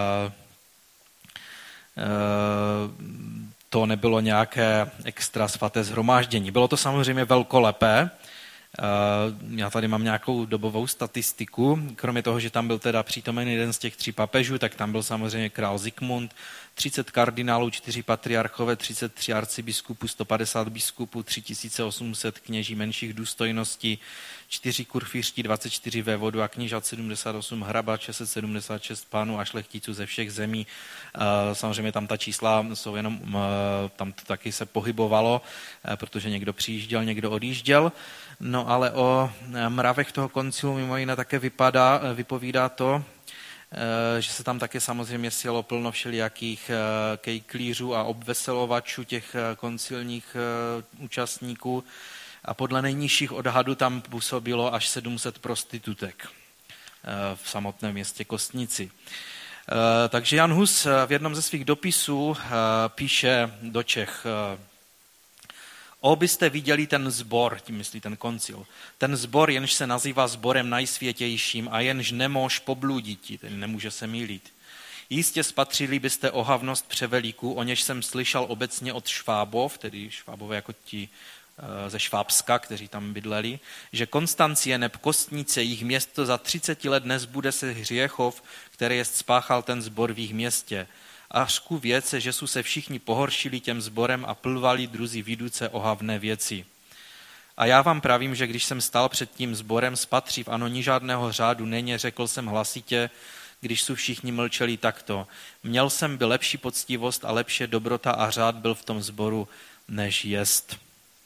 to nebylo nějaké extra svaté shromáždění. Bylo to samozřejmě velkolepé. Já tady mám nějakou dobovou statistiku. Kromě toho, že tam byl teda přítomen jeden z těch 3 papežů, tak tam byl samozřejmě král Zikmund, 30 kardinálů, 4 patriarchové, 33 arcibiskupů, 150 biskupů, 3800 kněží menších důstojností, 4 kurfiřti, 24 vévodů a knížat, 78 hrabat, 676 pánů a šlechticů ze všech zemí. Samozřejmě tam ta čísla jsou jenom, tam to taky se pohybovalo, protože někdo přijížděl, někdo odjížděl. No ale o mravech toho koncilu mimo jiné také vypovídá to, že se tam také samozřejmě sjelo plno všelijakých kejklířů a obveselovačů těch koncilních účastníků a podle nejnižších odhadů tam působilo až 700 prostitutek v samotném městě Kostnici. Takže Jan Hus v jednom ze svých dopisů píše do Čech: byste viděli ten sbor, tím myslí ten koncil, ten sbor, jenž se nazývá sborem najsvětějším a jenž nemůž pobluditi, tedy nemůže se mýlit. Jistě spatřili byste ohavnost převeliků, o něž jsem slyšel obecně od Švábov, tedy Švábové jako ti ze Švábska, kteří tam bydleli, že Konstancie neb Kostnice, jich město za 30 let nezbude se hřiechov, který jest spáchal ten sbor v jich městě. Až ku věce, že jsou se všichni pohoršili těm sborem a plvali druzí viduce ohavné věci. A já vám pravím, že když jsem stál před tím sborem spatřiv, ano, ni žádného řádu není, řekl jsem hlasitě, když jsou všichni mlčeli takto. Měl jsem by lepší poctivost a lepší dobrota a řád byl v tom sboru, než jest.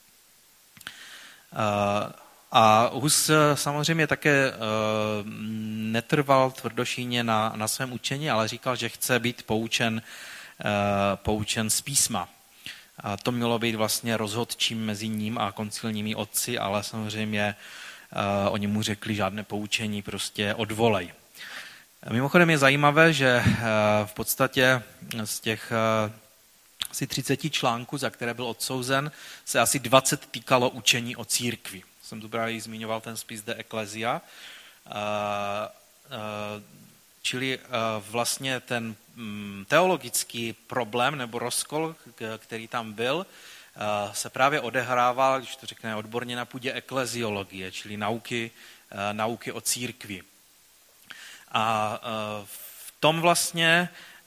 A Hus samozřejmě také netrval tvrdošíjně na svém učení, ale říkal, že chce být poučen z písma. A to mělo být vlastně rozhodčím mezi ním a koncilními otci, ale samozřejmě oni mu řekli žádné poučení, prostě odvolej. Mimochodem je zajímavé, že v podstatě z těch asi 30 článků, za které byl odsouzen, se asi 20 týkalo učení o církvi. Jsem tu právě zmiňoval ten spis de Ecclesia, čili vlastně ten teologický problém nebo rozkol, který tam byl, se právě odehrával, když to řekne odborně, na půdě ekleziologie, čili nauky o církvi. A v tom vlastně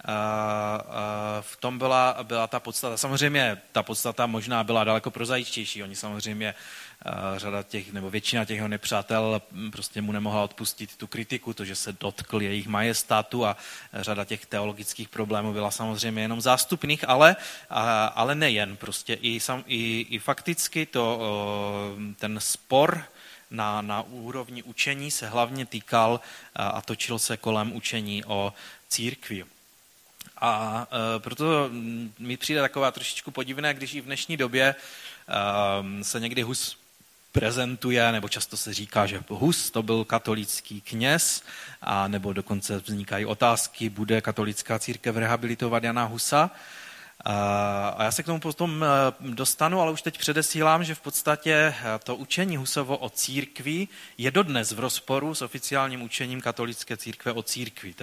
v tom byla ta podstata. Samozřejmě ta podstata možná byla daleko prozaičtější. Oni samozřejmě řada těch, nebo většina těch jeho nepřátel prostě mu nemohla odpustit tu kritiku, to, že se dotkl jejich majestátu a řada těch teologických problémů byla samozřejmě jenom zástupných, ale nejen. Prostě i fakticky ten spor na úrovni učení se hlavně týkal a točil se kolem učení o církvi. A proto mi přijde taková trošičku podivné, když i v dnešní době se někdy Hus prezentuje, nebo často se říká, že Hus to byl katolický kněz, a nebo dokonce vznikají otázky, bude katolická církev rehabilitovat Jana Husa. A já se k tomu potom dostanu, ale už teď předesílám, že v podstatě to učení Husovo o církvi je dodnes v rozporu s oficiálním učením katolické církve o církvi.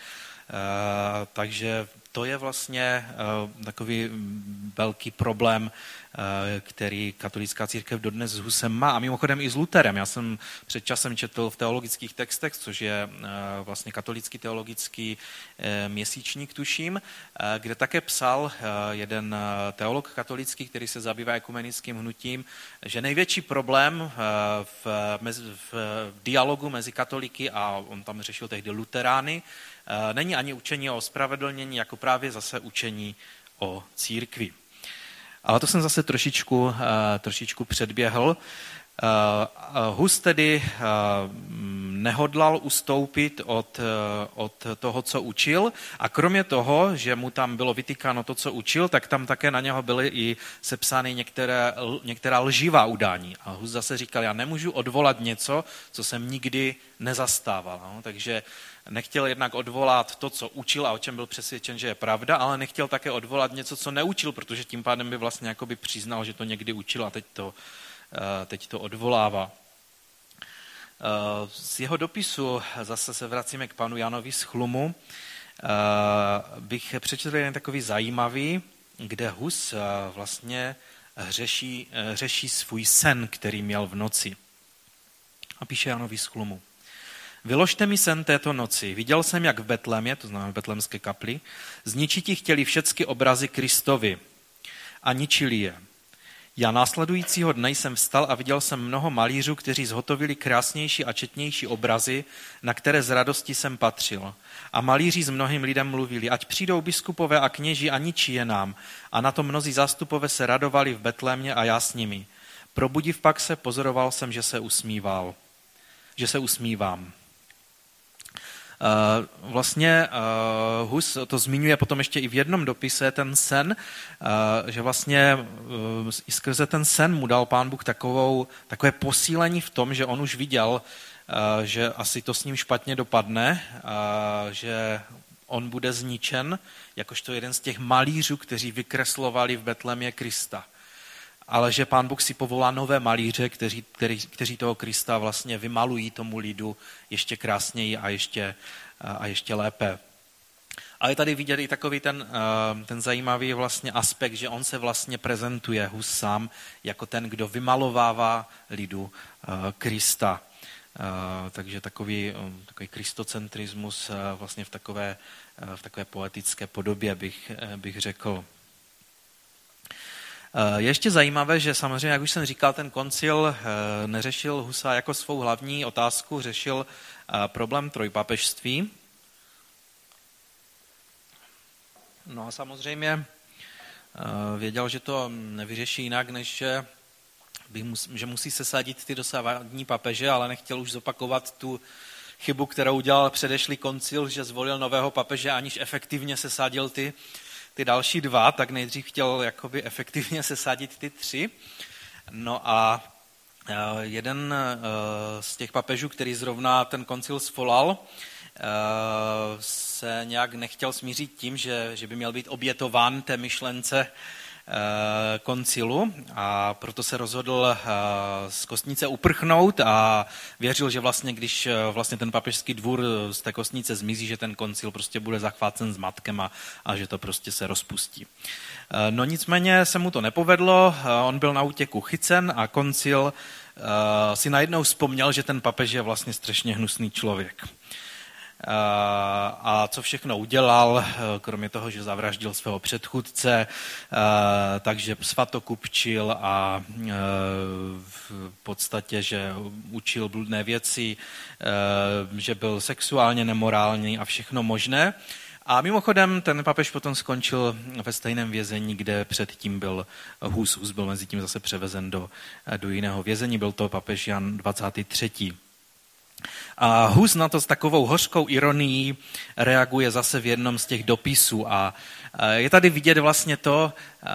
Takže to je vlastně takový velký problém, který katolická církev dodnes s Husem má. A mimochodem i s Lutherem. Já jsem před časem četl v teologických textech, což je vlastně katolický teologický měsíčník, tuším, kde také psal jeden teolog katolický, který se zabývá ekumenickým hnutím, že největší problém v dialogu mezi katoliky, a on tam řešil tehdy luterány, není ani učení o ospravedlnění, jako právě zase učení o církvi. Ale to jsem zase trošičku předběhl. Hus tedy nehodlal ustoupit od toho, co učil, a kromě toho, že mu tam bylo vytýkáno to, co učil, tak tam také na něho byly i sepsány některá lživá udání. A Hus zase říkal, já nemůžu odvolat něco, co jsem nikdy nezastával. No? Takže nechtěl jednak odvolat to, co učil a o čem byl přesvědčen, že je pravda, ale nechtěl také odvolat něco, co neučil, protože tím pádem by vlastně jakoby přiznal, že to někdy učil a teď to odvolává. Z jeho dopisu, zase se vracíme k panu Janovi z Chlumu, bych přečetl jen takový zajímavý, kde Hus vlastně řeší svůj sen, který měl v noci. A píše Janovi z Chlumu. Vyložte mi sen této noci. Viděl jsem, jak v Betlémě, to znamená v betlémské kapli, zničiti chtěli všechny obrazy Kristovi a ničili je. Já následujícího dne jsem vstal a viděl jsem mnoho malířů, kteří zhotovili krásnější a četnější obrazy, na které z radosti jsem patřil. A malíři s mnohým lidem mluvili, ať přijdou biskupové a kněží a ničí je nám. A na to mnozí zástupové se radovali v Betlémě a já s nimi. Probudiv pak se, pozoroval jsem, že se usmívám. Vlastně Hus to zmiňuje potom ještě i v jednom dopise, ten sen, že vlastně i skrze ten sen mu dal Pán Bůh takové posílení v tom, že on už viděl, že asi to s ním špatně dopadne, že on bude zničen, jakožto jeden z těch malířů, kteří vykreslovali v Betlémě Krista. Ale že Pán Bůh si povolá nové malíře, kteří toho Krista vlastně vymalují tomu lidu ještě krásněji a ještě lépe. A je tady vidět i takový ten zajímavý vlastně aspekt, že on se vlastně prezentuje Hus sám jako ten, kdo vymalovává lidu Krista. Takže takový kristocentrismus vlastně v takové poetické podobě bych řekl. Je ještě zajímavé, že samozřejmě, jak už jsem říkal, ten koncil neřešil Husa jako svou hlavní otázku, řešil problém trojpapežství. No a samozřejmě věděl, že to nevyřeší jinak, než že musí sesadit ty dosavadní papeže, ale nechtěl už zopakovat tu chybu, kterou udělal předešlý koncil, že zvolil nového papeže, aniž efektivně sesadil ty další dva, tak nejdřív chtěl jakoby efektivně sesadit ty tři. No a jeden z těch papežů, který zrovna ten koncil svolal, se nějak nechtěl smířit tím, že by měl být obětován té myšlence koncilu, a proto se rozhodl z kostnice uprchnout a věřil, že vlastně, když vlastně ten papežský dvůr z té kostnice zmizí, že ten koncil prostě bude zachvácen zmatkem a že to prostě se rozpustí. No nicméně se mu to nepovedlo, on byl na útěku chycen a koncil si najednou vzpomněl, že ten papež je vlastně strašně hnusný člověk. A co všechno udělal, kromě toho, že zavraždil svého předchůdce, takže svatokupčil a v podstatě, že učil bludné věci, že byl sexuálně nemorální a všechno možné. A mimochodem ten papež potom skončil ve stejném vězení, kde předtím byl Hus. Hus byl mezi tím zase převezen do jiného vězení, byl to papež Jan 23. A Hus na to s takovou hořkou ironií reaguje zase v jednom z těch dopisů a je tady vidět vlastně to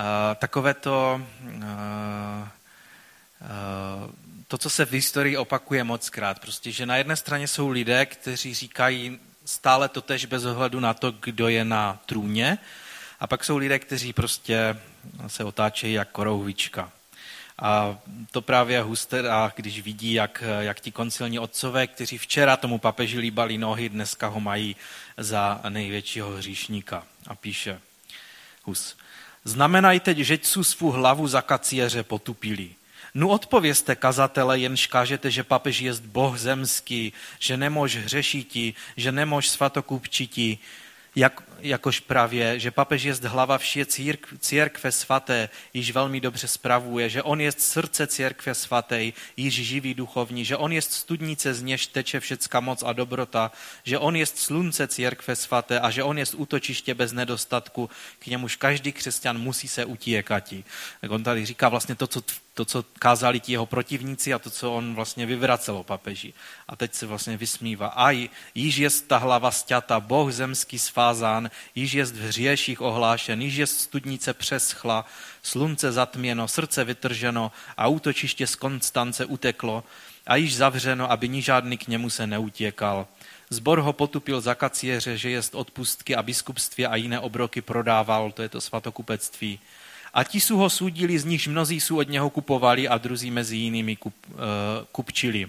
co se v historii opakuje mockrát. Prostě, že na jedné straně jsou lidé, kteří říkají stále totéž bez ohledu na to, kdo je na trůně, A pak jsou lidé, kteří prostě se otáčejí jak korouhvička. A to právě Hus teda, když vidí, jak ti koncilní otcové, kteří včera tomu papeži líbali nohy, dneska ho mají za největšího hříšníka. A píše Hus: znamenajte, žeďcu svou hlavu za kacíře potupili. Nu odpovězte, kazatele, jenž kážete, že papež jest Boh zemský, že nemož hřešiti, že nemož svatokupčiti, jakož právě, že papež jest hlava vše církve svaté, již velmi dobře spravuje, že on jest srdce církve svaté, již živý duchovní, že on jest studnice, z něž teče všecká moc a dobrota, že on jest slunce církve svaté a že on jest útočiště bez nedostatku, k němuž každý křesťan musí se utíekati. Tak on tady říká vlastně to, co kázali ti jeho protivníci a to, co on vlastně vyvracel o papeži. A teď se vlastně vysmívá. A již jest ta hlava sťata, Boh zemský svázán, již jest v hřieších ohlášen, již jest studnice přeschla, slunce zatměno, srdce vytrženo a útočiště z Konstance uteklo a již zavřeno, aby ni žádný k němu se neutěkal. Zbor ho potupil za kacíře, že jest odpustky a biskupství a jiné obroky prodával, to je to svatokupectví. A ti sú ho súdili, z nich mnozí sú od něho kupovali a druzí mezi jinými kupčili.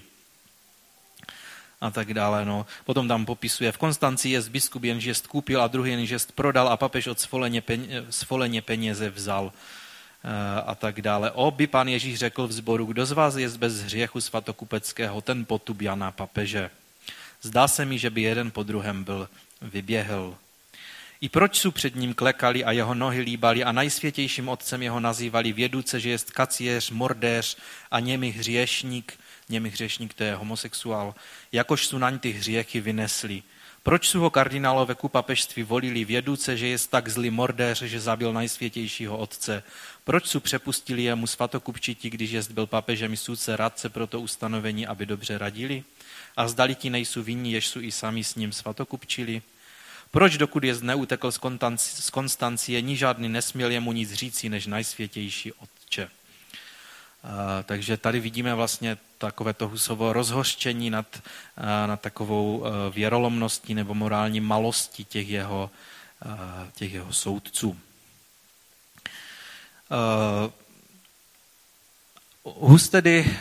A tak dále. No. Potom tam popisuje, v Konstanci jest biskup, jenž jest kúpil a druhý jenž jest prodal a papež od svoleně peněze vzal. A tak dále. By pán Ježíš řekl v zboru, kdo z vás jest bez hřiechu svatokupeckého, ten potup Jana papeže. Zdá se mi, že by jeden po druhém byl vyběhl. I proč sú před ním klekali a jeho nohy líbali a najsvětějším otcem jeho nazývali věduce, že jest kacíř, mordéř a němý hřiešník to je homosexuál, jakož sú naň ty hřiechy vynesli. Proč sú ho kardinálové ku papežství volili věduce, že jest tak zlý mordéř, že zabil najsvětějšího otce? Proč sú přepustili jemu svatokupčiti, když jest byl papežem i sudce radce pro to ustanovení, aby dobře radili? A zdali ti nejsou vinní, jež sú i sami s ním svatokupčili? Proč, dokud jest neutekl z Konstancie, ni žádný nesměl jemu nic říci, než najsvětější otče. Takže tady vidíme vlastně takové to Husovo rozhořčení nad takovou věrolomností nebo morální malostí těch jeho soudců. Hus tedy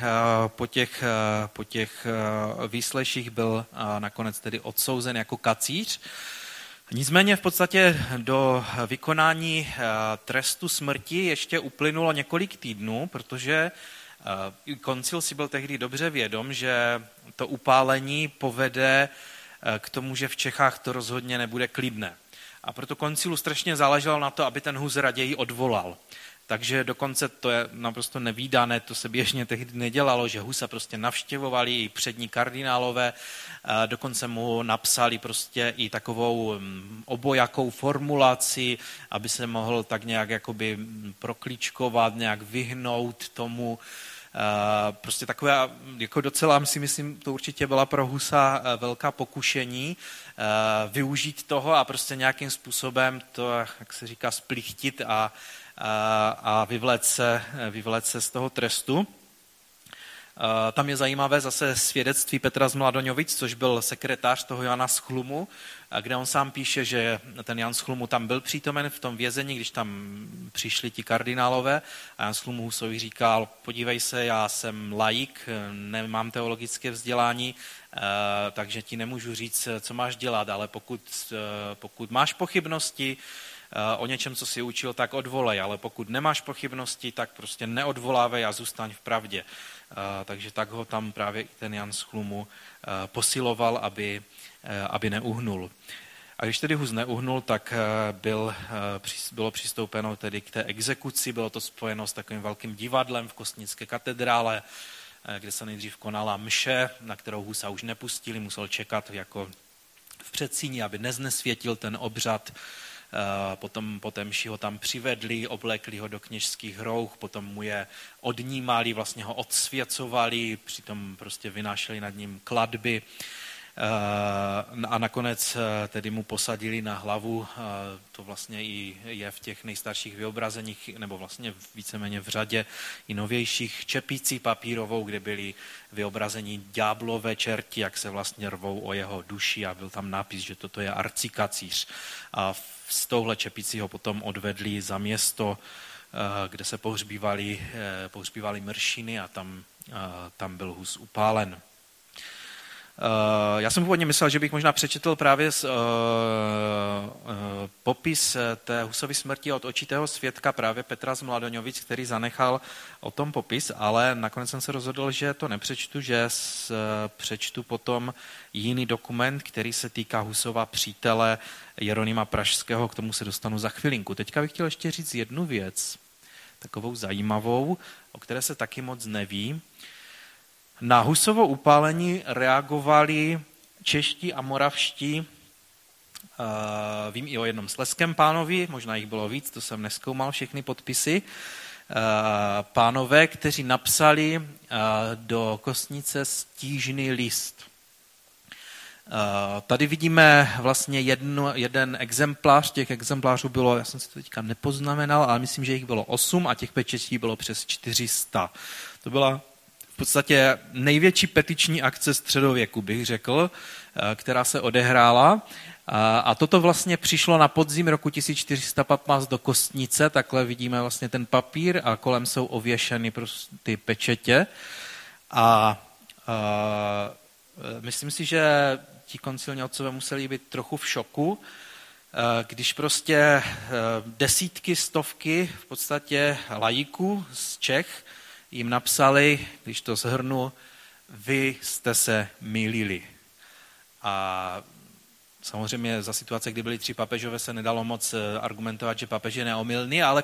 po těch výsleších byl nakonec tedy odsouzen jako kacíř. Nicméně v podstatě do vykonání trestu smrti ještě uplynulo několik týdnů, protože koncil si byl tehdy dobře vědom, že to upálení povede k tomu, že v Čechách to rozhodně nebude klidné. A proto koncilu strašně záleželo na to, aby ten Hus raději odvolal. Takže dokonce to je naprosto nevídané, to se běžně tehdy nedělalo, že Husa prostě navštěvovali i přední kardinálové, dokonce mu napsali prostě i takovou obojakou formulaci, aby se mohl tak nějak jakoby proklíčkovat, nějak vyhnout tomu. Prostě takové, jako docela si myslím, to určitě byla pro Husa velká pokušení využít toho a prostě nějakým způsobem to, jak se říká, splichtit a vyvléct se z toho trestu. Tam je zajímavé zase svědectví Petra z Mladoňovic, což byl sekretář toho Jana z Chlumu, kde on sám píše, že ten Jan z Chlumu tam byl přítomen v tom vězení, když tam přišli ti kardinálové a Jan z Chlumu Husovi říkal, podívej se, já jsem laik, nemám teologické vzdělání, takže ti nemůžu říct, co máš dělat, ale pokud máš pochybnosti o něčem, co jsi učil, tak odvolej, ale pokud nemáš pochybnosti, tak prostě neodvolávej a zůstaň v pravdě. Takže tak ho tam právě ten Jan z Chlumu posiloval, aby neuhnul. A když tedy Hus neuhnul, tak bylo přistoupeno tedy k té exekuci, bylo to spojeno s takovým velkým divadlem v Kostnické katedrále, kde se nejdřív konala mše, na kterou Husa už nepustili, musel čekat jako v předsíni, aby neznesvětil ten obřad. Potom mši ho tam přivedli, oblékli ho do kněžských rouch, potom mu je odnímali, vlastně ho odsvěcovali, přitom prostě vynášeli nad ním kladby. a nakonec tedy mu posadili na hlavu, to vlastně i je v těch nejstarších vyobrazeních, nebo vlastně víceméně v řadě i novějších, čepici papírovou, kde byli vyobrazení ďáblové čerti, jak se vlastně rvou o jeho duši a byl tam nápis, že toto je arcikacíř. A z touhle čepici ho potom odvedli za město, kde se pohřbívali mršiny a tam byl Hus upálen. Já jsem původně myslel, že bych možná přečetl právě popis té Husovy smrti od očitého svědka právě Petra z Mladoňovic, který zanechal o tom popis, ale nakonec jsem se rozhodl, že to nepřečtu, že přečtu potom jiný dokument, který se týká Husova přítele Jeronýma Pražského, k tomu se dostanu za chvilinku. Teďka bych chtěl ještě říct jednu věc, takovou zajímavou, o které se taky moc neví. Na Husovo upálení reagovali čeští a moravští, vím i o jednom slezském pánovi, možná jich bylo víc, to jsem nezkoumal všechny podpisy, pánové, kteří napsali do kostnice stížný list. Tady vidíme vlastně jeden exemplář, těch exemplářů bylo, já jsem si to teďka nepoznamenal, ale myslím, že jich bylo 8 a těch pečetí bylo přes 400. To byla v podstatě největší petiční akce středověku, bych řekl, která se odehrála. A toto vlastně přišlo na podzim roku 1415 do kostnice, takhle vidíme vlastně ten papír a kolem jsou ověšeny prostě ty pečetě. A myslím si, že ti koncilní otcové museli být trochu v šoku, když prostě desítky, stovky v podstatě laiků z Čech jim napsali, když to shrnu, vy jste se mýlili. A samozřejmě za situace, kdy byli 3 papežové, se nedalo moc argumentovat, že papež je neomylný, ale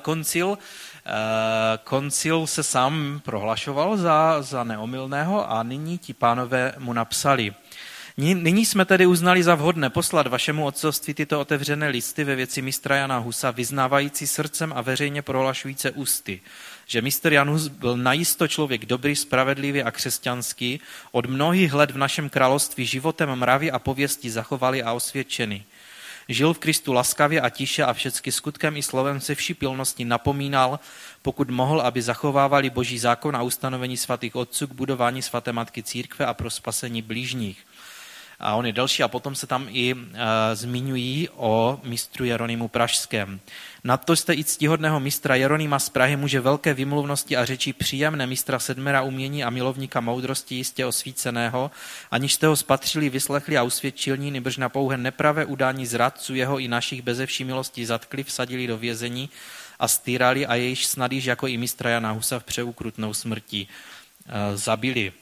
koncil se sám prohlašoval za neomylného a nyní ti pánové mu napsali. Nyní jsme tedy uznali za vhodné poslat vašemu otcovství tyto otevřené listy ve věci mistra Jana Husa, vyznávající srdcem a veřejně prohlašující ústy, že mistr Jan Hus byl najisto člověk dobrý, spravedlivý a křesťanský, od mnohých let v našem království životem, mravy a pověsti zachovali a osvědčený. Žil v Kristu laskavě a tiše a všecky skutkem i slovem se vší pilností napomínal, pokud mohl, aby zachovávali boží zákon a ustanovení svatých otců k budování svaté matky církve a pro spasení blížních. A on je další a potom se tam i zmiňují o mistru Jeronýmu Pražském. Nadto jste i ctihodného mistra Jeronýma z Prahy, muže velké vymluvnosti a řečí příjemné, mistra sedmera umění a milovníka moudrosti jistě osvíceného, aniž jste ho spatřili, vyslechli a usvědčilní, nebož na pouhé nepravé udání zradců jeho i našich bezevší milostí zatkli, vsadili do vězení a stýrali a jejíž snad již jako i mistra Jana Husa v přeukrutnou smrti zabili.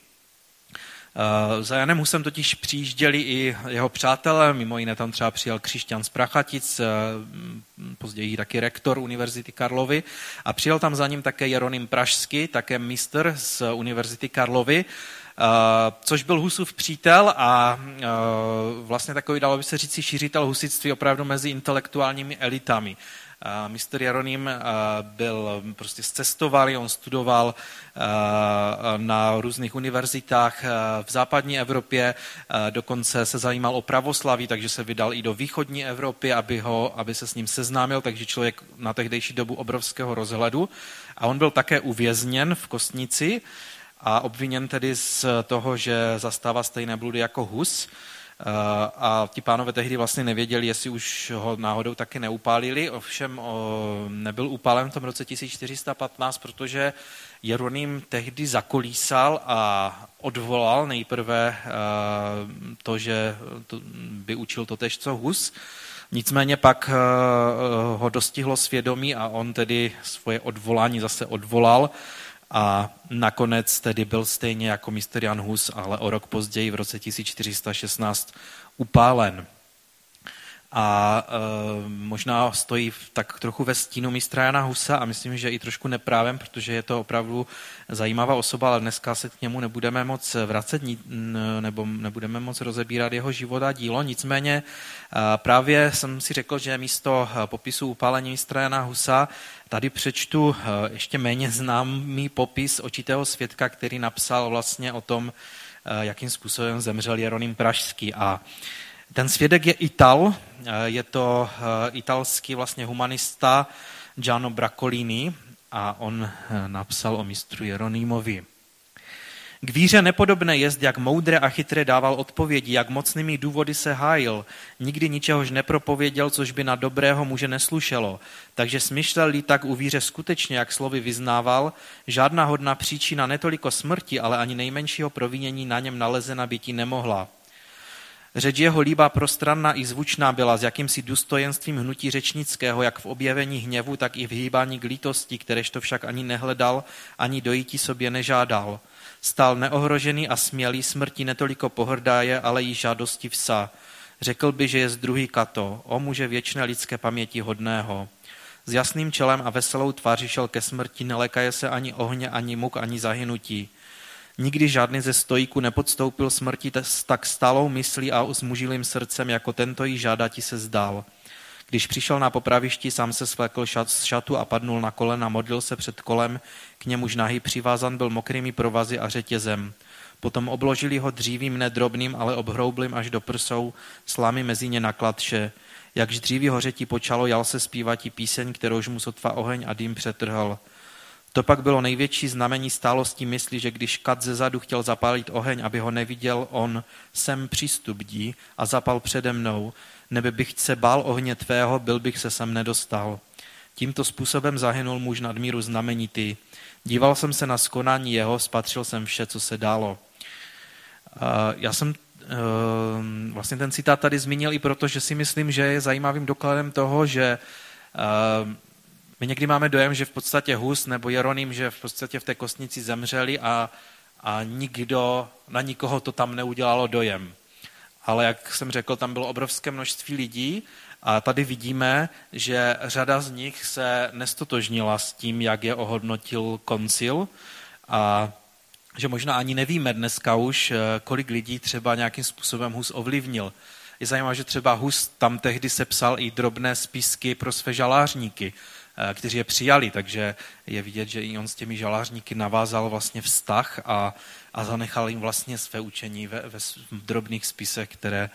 Za Janem Husem totiž přijížděli i jeho přátelé, mimo jiné tam třeba přijel Křišťan z Prachatic, později taky rektor Univerzity Karlovy a přijel tam za ním také Jeroným Pražský, také mistr z Univerzity Karlovy, což byl Husův přítel a vlastně takový, dalo by se říci, šířitel husitství opravdu mezi intelektuálními elitami. Mistr Jeroným byl prostě zcestovalý, on studoval na různých univerzitách v západní Evropě, dokonce se zajímal o pravoslaví, takže se vydal i do východní Evropy, aby se s ním seznámil, takže člověk na tehdejší dobu obrovského rozhledu. A on byl také uvězněn v Kostnici a obviněn tedy z toho, že zastává stejné bludy jako Hus. A ti pánové tehdy vlastně nevěděli, jestli už ho náhodou taky neupálili, ovšem nebyl upálen v tom roce 1415, protože Jeroným tehdy zakolísal a odvolal nejprve to, že by učil totéž co Hus. Nicméně pak ho dostihlo svědomí a on tedy svoje odvolání zase odvolal a nakonec tedy byl stejně jako mistr Jan Hus, ale o rok později v roce 1416 upálen. A možná stojí tak trochu ve stínu mistra Jana Husa a myslím, že i trošku neprávem, protože je to opravdu zajímavá osoba, ale dneska se k němu nebudeme moc vracet nebo nebudeme moc rozebírat jeho život a dílo. Nicméně právě jsem si řekl, že místo popisu upálení mistra Jana Husa tady přečtu ještě méně známý popis očitého svědka, který napsal vlastně o tom jakým způsobem zemřel Jeroným Pražský. A ten svědek je Ital, je to italský vlastně humanista Gianni Braccolini a on napsal o mistru Jeronýmovi. K víře nepodobné jest, jak moudré a chytré dával odpovědi, jak mocnými důvody se hájil, nikdy ničehož nepropověděl, což by na dobrého muže neslušelo. Takže smyšlel-li tak u víře skutečně, jak slovy vyznával, žádná hodná příčina netoliko smrti, ale ani nejmenšího provinění na něm nalezena býti nemohla. Řeč jeho líba prostranná i zvučná byla s jakýmsi důstojenstvím hnutí řečnického, jak v objevení hněvu, tak i v hýbání k lítosti, kteréžto však ani nehledal, ani dojítí sobě nežádal. Stál neohrožený a smělý, smrti netoliko pohrdáje, ale jí žádosti vsa. Řekl by, že je z druhý Kato, o muže věčné lidské paměti hodného. S jasným čelem a veselou tváří šel ke smrti, nelekaje se ani ohně, ani muk, ani zahynutí. Nikdy žádný ze stojíků nepodstoupil smrti s tak stálou myslí a zmužilým srdcem, jako tento jí žádati se zdál. Když přišel na popravišti, sám se svlékl z šatu a padnul na kolena, modlil se před kolem, k němuž nahý přivázan byl mokrými provazy a řetězem. Potom obložili ho dřívím nedrobným, ale obhroublým až do prsou, slámy mezi ně nakladše. Jakž dříví hořetí počalo, jal se zpívati píseň, kterouž mu sotva oheň a dým přetrhl. To pak bylo největší znamení stálosti mysli, že když kat ze zadu chtěl zapálit oheň, aby ho neviděl on, sem přístup dí a zapal přede mnou, nebe bych se bál ohně tvého, byl bych se sem nedostal. Tímto způsobem zahynul muž nadmíru znamenitý. Díval jsem se na skonání jeho, spatřil jsem vše, co se dalo. Já jsem vlastně ten citát tady zmínil i proto, že si myslím, že je zajímavým dokladem toho, že my někdy máme dojem, že v podstatě Hus nebo Jeroným, že v podstatě v té kostnici zemřeli a nikdo, na nikoho to tam neudělalo dojem. Ale jak jsem řekl, tam bylo obrovské množství lidí a tady vidíme, že řada z nich se nestotožnila s tím, jak je ohodnotil koncil a že možná ani nevíme dneska už, kolik lidí třeba nějakým způsobem Hus ovlivnil. Je zajímavé, že třeba Hus tam tehdy sepsal i drobné spisky pro své žalářníky, kteří je přijali, takže je vidět, že i on s těmi žalářníky navázal vlastně vztah a zanechal jim vlastně své učení ve drobných spisech,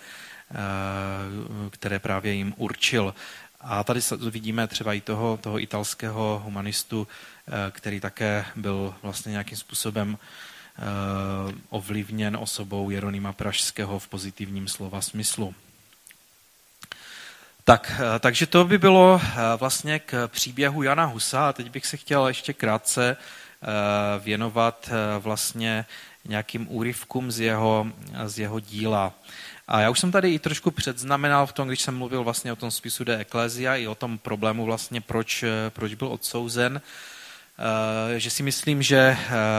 které právě jim určil. A tady vidíme třeba i toho italského humanistu, který také byl vlastně nějakým způsobem ovlivněn osobou Jeronýma Pražského v pozitivním slova smyslu. Takže to by bylo vlastně k příběhu Jana Husa a teď bych se chtěl ještě krátce věnovat vlastně nějakým úryvkům z jeho díla. A já už jsem tady i trošku předznamenal v tom, když jsem mluvil vlastně o tom spisu De Ecclesia i o tom problému vlastně, proč byl odsouzen, že si myslím, že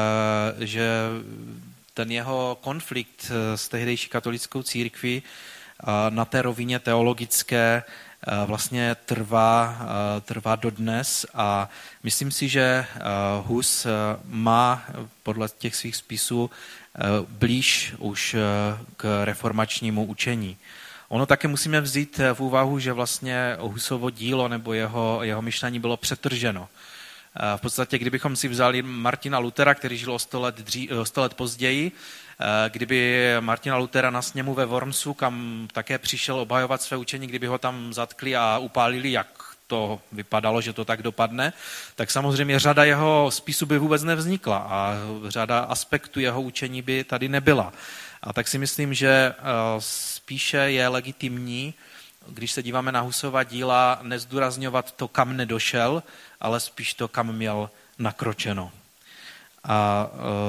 ten jeho konflikt s tehdejší katolickou církví na té rovině teologické vlastně trvá dodnes a myslím si, že Hus má podle těch svých spisů blíž už k reformačnímu učení. Ono také musíme vzít v úvahu, že vlastně Husovo dílo nebo jeho myšlení bylo přetrženo. V podstatě, kdybychom si vzali Martina Luthera, který žil o 100 let později, kdyby Martina Luthera na sněmu ve Wormsu, kam také přišel obhajovat své učení, kdyby ho tam zatkli a upálili, jak to vypadalo, že to tak dopadne, tak samozřejmě řada jeho spisů by vůbec nevznikla a řada aspektů jeho učení by tady nebyla. A tak si myslím, že spíše je legitimní, když se díváme na Husova díla, nezdůrazňovat to, kam nedošel, ale spíš to, kam měl nakročeno. A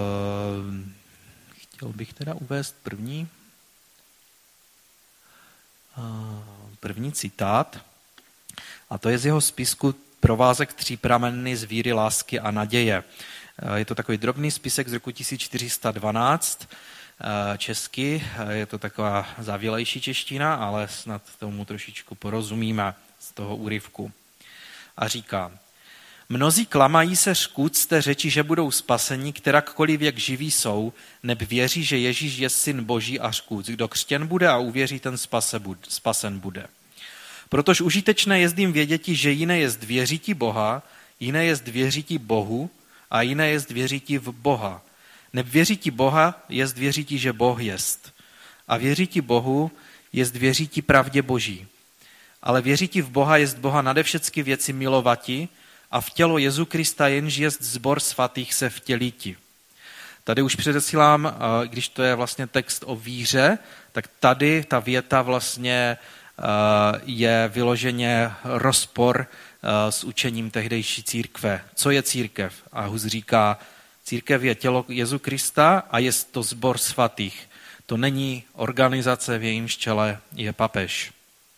chtěl bych teda uvést první citát, a to je z jeho spisku Provázek třípramenný z víry, lásky a naděje. Je to takový drobný spisek z roku 1412, česky, je to taková zavělejší čeština, ale snad tomu trošičku porozumíme z toho úryvku. A říká: Mnozí klamají se škůd z té řeči, že budou spaseni, kterakkoliv jak živí jsou, neb věří, že Ježíš je syn Boží a škůd. Kdo křtěn bude a uvěří, ten spasen bude. Protož užitečné je jim věděti, že jiné jest věřiti Boha, jiné jest věřiti Bohu a jiné jest věřiti v Boha. Neb věřítí Boha, jest věřítí, že Boh jest. A věřítí Bohu, jest věřítí pravdě Boží. Ale věřítí v Boha, jest Boha nade všechny věci milovati a v tělo Jezu Krista jenž jest zbor svatých se vtělíti. Tady už předesílám, když to je vlastně text o víře, tak tady ta věta vlastně je vyloženě rozpor s učením tehdejší církve. Co je církev? A Hus říká, církev je tělo Jezu Krista a je to sbor svatých. To není organizace, v jejímž čele je papež.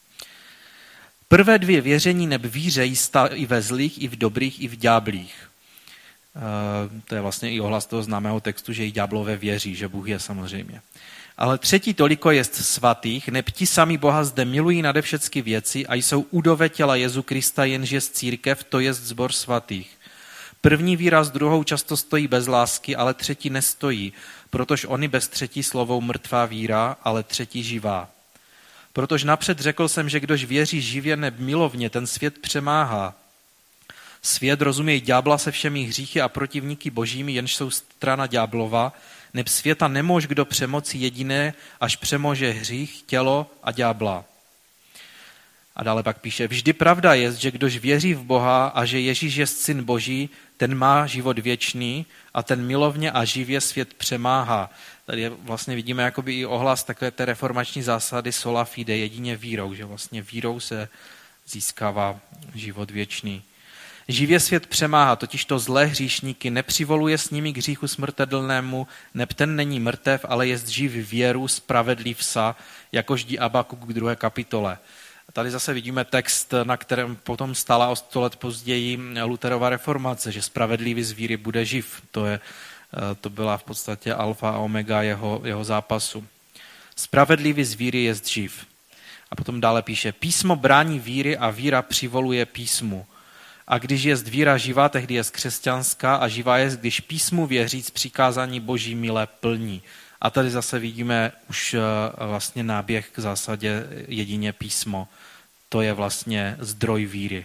Prvé dvě věření neb víře jistá i ve zlých, i v dobrých, i v ďáblích. To je vlastně i ohlas toho známého textu, že i ďáblové věří, že Bůh je samozřejmě. Ale třetí toliko jest svatých, neb ti sami Boha zde milují nade všechny věci a jsou údové těla Jezu Krista, jenž jest církev, to jest zbor svatých. První víra s druhou často stojí bez lásky, ale třetí nestojí, protože oni bez třetí slovou mrtvá víra, ale třetí živá. Protože napřed řekl jsem, že kdož věří živě neb milovně, ten svět přemáhá. Svět rozumí ďábla se všemi hříchy a protivníky božími, jenž jsou strana ďáblova, neb světa nemož kdo přemoci jediné, až přemože hřích, tělo a ďábla. A dále pak píše, vždy pravda je, že kdož věří v Boha a že Ježíš je syn Boží, ten má život věčný a ten milovně a živě svět přemáhá. Tady vlastně vidíme jakoby i ohlas takové té reformační zásady sola fide, jedině vírou, že vlastně vírou se získává život věčný. Živě svět přemáhá, totiž to zlé hříšníky, nepřivoluje s nimi k hříchu smrtelnému, neb ten není mrtev, ale jest živ věru, spravedliv sa, jakož dí Abakuk k 2. kapitole. Tady zase vidíme text, na kterém potom stála o 100 let později Lutherova reformace, že spravedlivý z víry bude živ. To byla v podstatě alfa a omega jeho zápasu. Spravedlivý z víry jest živ. A potom dále píše, písmo brání víry a víra přivoluje písmu. A když jest víra živá, tehdy jest křesťanská a živá jest, když písmu věříc přikázání Boží mile plní. A tady zase vidíme už vlastně náběh k zásadě jedině písmo. To je vlastně zdroj víry.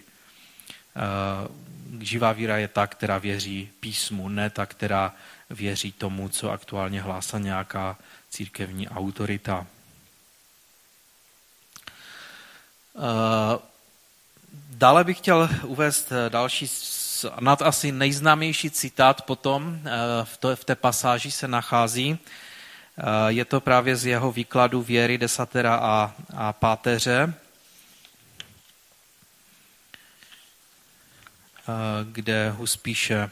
Živá víra je ta, která věří písmu, ne ta, která věří tomu, co aktuálně hlásá nějaká církevní autorita. Dále bych chtěl uvést další, snad asi nejznámější citát potom, v té pasáži se nachází. Je to právě z jeho výkladu věry desatera a páteře, kde Hus píše,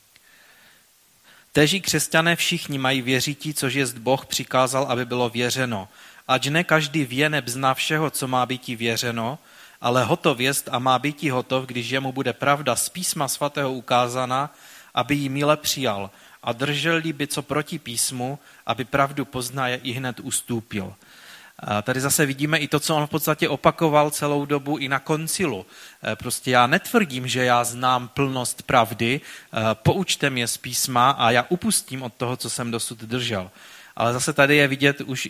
téži křesťané všichni mají věřití, což jest Boh přikázal, aby bylo věřeno. Ať ne každý vě neb zná všeho, co má býti věřeno, ale hotov jest a má býti hotov, když jemu bude pravda z písma svatého ukázána, aby ji mile přijal a držel-li by co proti písmu, aby pravdu poznaje i hned ustoupil. A tady zase vidíme i to, co on v podstatě opakoval celou dobu i na koncilu. Prostě já netvrdím, že já znám plnost pravdy, poučte mě z písma a já upustím od toho, co jsem dosud držel. Ale zase tady je vidět už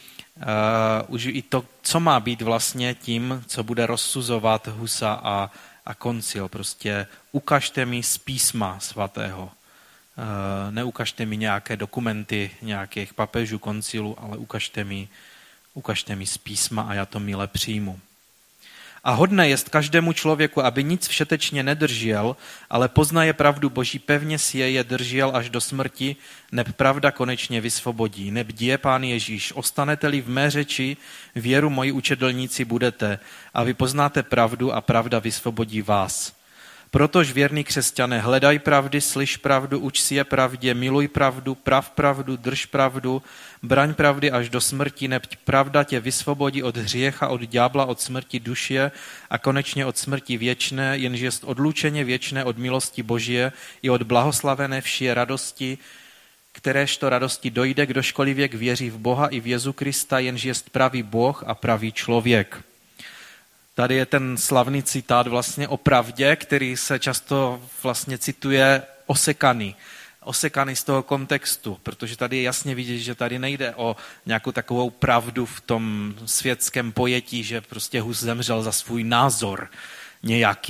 i to, co má být vlastně tím, co bude rozsuzovat Husa a koncil. Prostě ukažte mi z písma svatého. Neukažte mi nějaké dokumenty nějakých papežů koncilu, ale ukažte mi z písma a já to mile přijmu. A hodné jest každému člověku, aby nic všetečně nedržel, ale poznaje pravdu Boží, pevně si je držel až do smrti, neb pravda konečně vysvobodí. Neb die Pán Ježíš, ostanete-li v mé řeči, věru moji učedlníci budete, a vy poznáte pravdu a pravda vysvobodí vás. Protož věrný křesťané, hledaj pravdy, slyš pravdu, uč si je pravdě, miluj pravdu, prav pravdu, drž pravdu, braň pravdy až do smrti, neb pravda tě vysvobodí od hřícha, od ďábla, od smrti duše a konečně od smrti věčné, jenž jest odlučeně věčné od milosti Božie i od blahoslavené vší radosti, kteréžto radosti dojde, kdožkoliv věk věří v Boha i v Jezu Krista, jenž jest pravý Boh a pravý člověk. Tady je ten slavný citát vlastně o pravdě, který se často vlastně cituje osekaný z toho kontextu, protože tady je jasně vidět, že tady nejde o nějakou takovou pravdu v tom světském pojetí, že prostě Hus zemřel za svůj názor nějaký,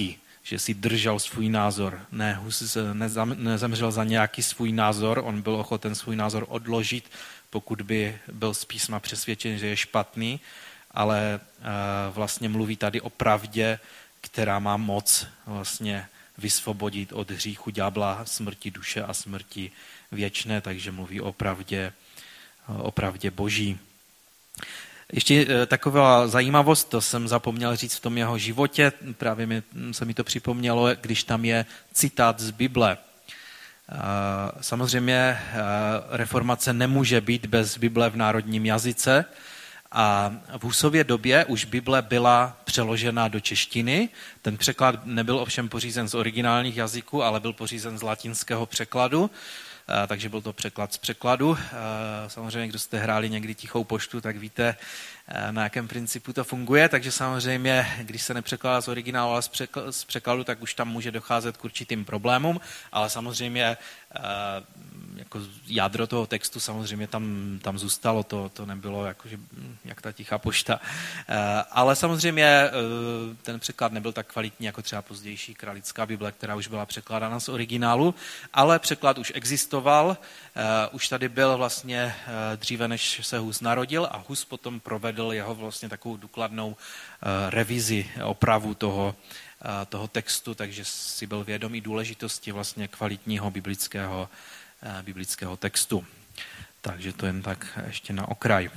že si držel svůj názor. Ne, Hus nezemřel za nějaký svůj názor, on byl ochoten svůj názor odložit, pokud by byl z písma přesvědčen, že je špatný, ale vlastně mluví tady o pravdě, která má moc vlastně vysvobodit od hříchu ďábla, smrti duše a smrti věčné, takže mluví o pravdě Boží. Ještě taková zajímavost, to jsem zapomněl říct v tom jeho životě, právě se mi to připomnělo, když tam je citát z Bible. Samozřejmě reformace nemůže být bez Bible v národním jazyce a v Husově době už Bible byla přeložena do češtiny. Ten překlad nebyl ovšem pořízen z originálních jazyků, ale byl pořízen z latinského překladu. Takže byl to překlad z překladu. Samozřejmě, kdo jste hráli někdy Tichou poštu, tak víte, na jakém principu to funguje. Takže samozřejmě, když se nepřekládá z originálu, ale z překladu, tak už tam může docházet k určitým problémům, ale samozřejmě jako jádro toho textu samozřejmě tam zůstalo, to nebylo jakože, jak ta Tichá pošta. Ale samozřejmě ten překlad nebyl tak kvalitní jako třeba pozdější kralická Bible, která už byla překládána z originálu, ale překlad už existoval, už tady byl vlastně dříve, než se Hus narodil a Hus potom provedl jeho vlastně takovou důkladnou revizi, opravu toho textu, takže si byl vědomý důležitosti vlastně kvalitního biblického textu. Takže to jen tak ještě na okraj.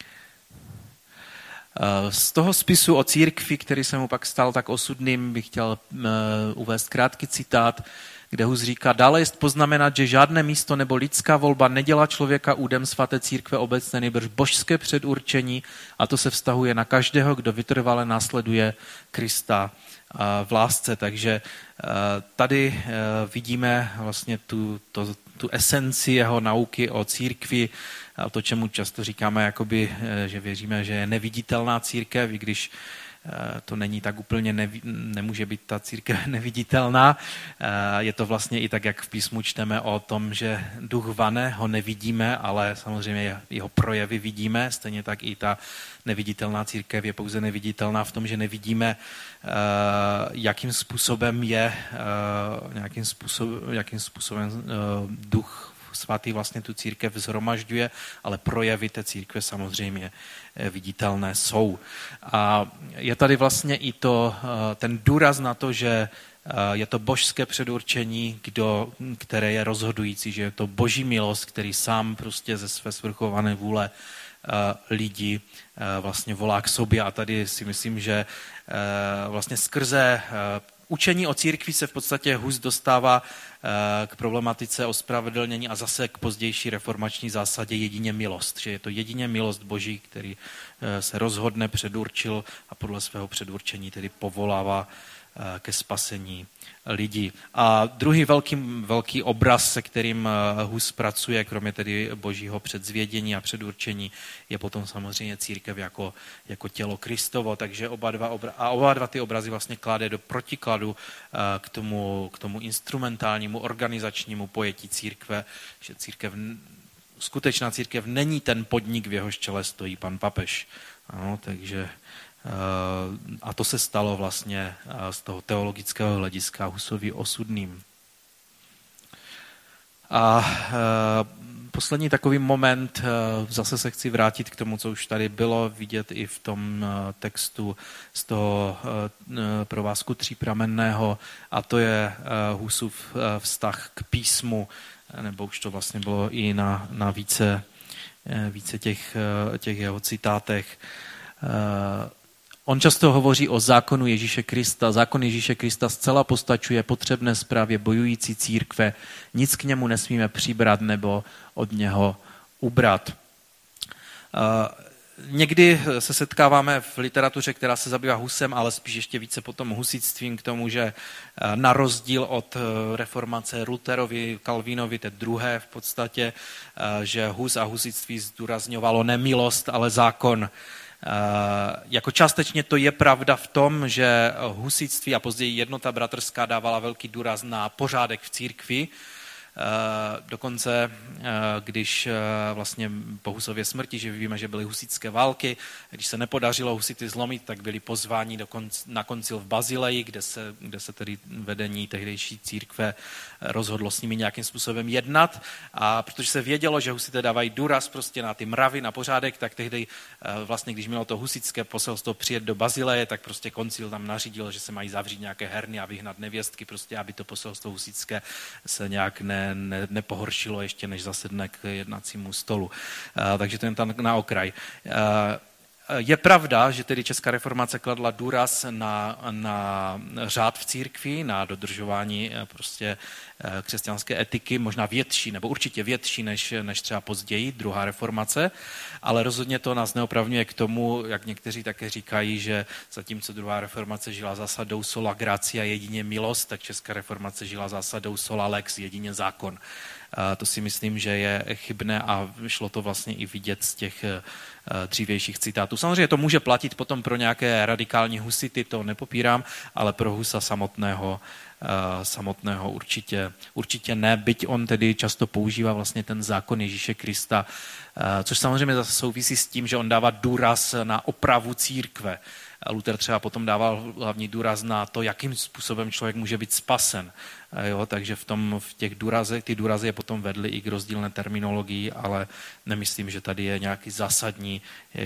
Z toho spisu o církvi, který se mu pak stal tak osudným, bych chtěl uvést krátký citát, kde Hus říká, dále jest poznamenat, že žádné místo nebo lidská volba nedělá člověka údem svaté církve obecné, nýbrž božské předurčení a to se vztahuje na každého, kdo vytrvale následuje Krista v lásce. Takže tady vidíme vlastně tu esenci jeho nauky o církvi, a to, čemu často říkáme, jakoby, že věříme, že je neviditelná církev, i když to není tak úplně, nemůže být ta církev neviditelná. Je to vlastně i tak, jak v písmu čteme o tom, že duch vane, ho nevidíme, ale samozřejmě jeho projevy vidíme. Stejně tak i ta neviditelná církev je pouze neviditelná v tom, že nevidíme, jakým způsobem je, jakým způsobem duch svatý vlastně tu církev shromažďuje, ale projevy té církve samozřejmě viditelné jsou. A je tady vlastně i ten důraz na to, že je to božské předurčení, které je rozhodující, že je to boží milost, který sám prostě ze své svrchované vůle lidi vlastně volá k sobě a tady si myslím, že vlastně skrze učení o církvi se v podstatě Hus dostává k problematice ospravedlnění a zase k pozdější reformační zásadě jedině milost, že je to jedině milost Boží, který se rozhodne, předurčil a podle svého předurčení tedy povolává ke spasení lidí. A druhý velký obraz, se kterým Hus pracuje, kromě tedy Božího předzvědění a předurčení, je potom samozřejmě církev jako tělo Kristovo, takže oba dva ty obrazy vlastně klade do protikladu k tomu instrumentálnímu, organizačnímu pojetí církve, že skutečná církev není ten podnik, v jehož čele stojí pan papež. Ano, takže a to se stalo vlastně z toho teologického hlediska Husovi osudným. A poslední takový moment, zase se chci vrátit k tomu, co už tady bylo vidět i v tom textu z toho provázku třípramenného, a to je Husův vztah k písmu, nebo už to vlastně bylo i na více těch jeho citátech. On často hovoří o zákonu Ježíše Krista. Zákon Ježíše Krista zcela postačuje potřebné správě bojující církve. Nic k němu nesmíme přibrat nebo od něho ubrat. Někdy se setkáváme v literatuře, která se zabývá Husem, ale spíš ještě více potom husitstvím k tomu, že na rozdíl od reformace Lutherovi, Kalvínovi, té druhé v podstatě, že Hus a husitství zdůrazňovalo nemilost, ale zákon. Jako částečně to je pravda v tom, že husitství a později jednota bratrská dávala velký důraz na pořádek v církvi, Dokonce, když vlastně po Husově smrti, že víme, že byly husitské války, když se nepodařilo husity zlomit, tak byli pozváni na koncil v Bazileji, kde se tedy vedení tehdejší církve rozhodlo s nimi nějakým způsobem jednat. A protože se vědělo, že husité dávají důraz prostě na ty mravy, na pořádek, tak tehdy vlastně, když mělo to husitské poselstvo přijet do Bazileje, tak prostě koncil tam nařídil, že se mají zavřít nějaké herny a vyhnat nevěstky, prostě aby to poselstvo husitské se nějak nepohoršilo ještě, než zasedne k jednacímu stolu. Takže to jen tam na okraj. Je pravda, že tedy Česká reformace kladla důraz na řád v církvi, na dodržování prostě křesťanské etiky, možná větší, nebo určitě větší než třeba později, druhá reformace, ale rozhodně to nás neopravňuje k tomu, jak někteří také říkají, že zatímco druhá reformace žila zásadou sola gratia, jedině milost, tak Česká reformace žila zásadou sola lex, jedině zákon. To si myslím, že je chybné a šlo to vlastně i vidět z těch dřívějších citátů. Samozřejmě to může platit potom pro nějaké radikální husity, to nepopírám, ale pro Husa samotného určitě ne, byť on tedy často používá vlastně ten zákon Ježíše Krista, což samozřejmě zase souvisí s tím, že on dává důraz na opravu církve. Luther třeba potom dával hlavní důraz na to, jakým způsobem člověk může být spasen. Jo, takže v těch důrazech, ty důrazy je potom vedly i k rozdílné terminologii, ale nemyslím, že tady je nějaký zásadní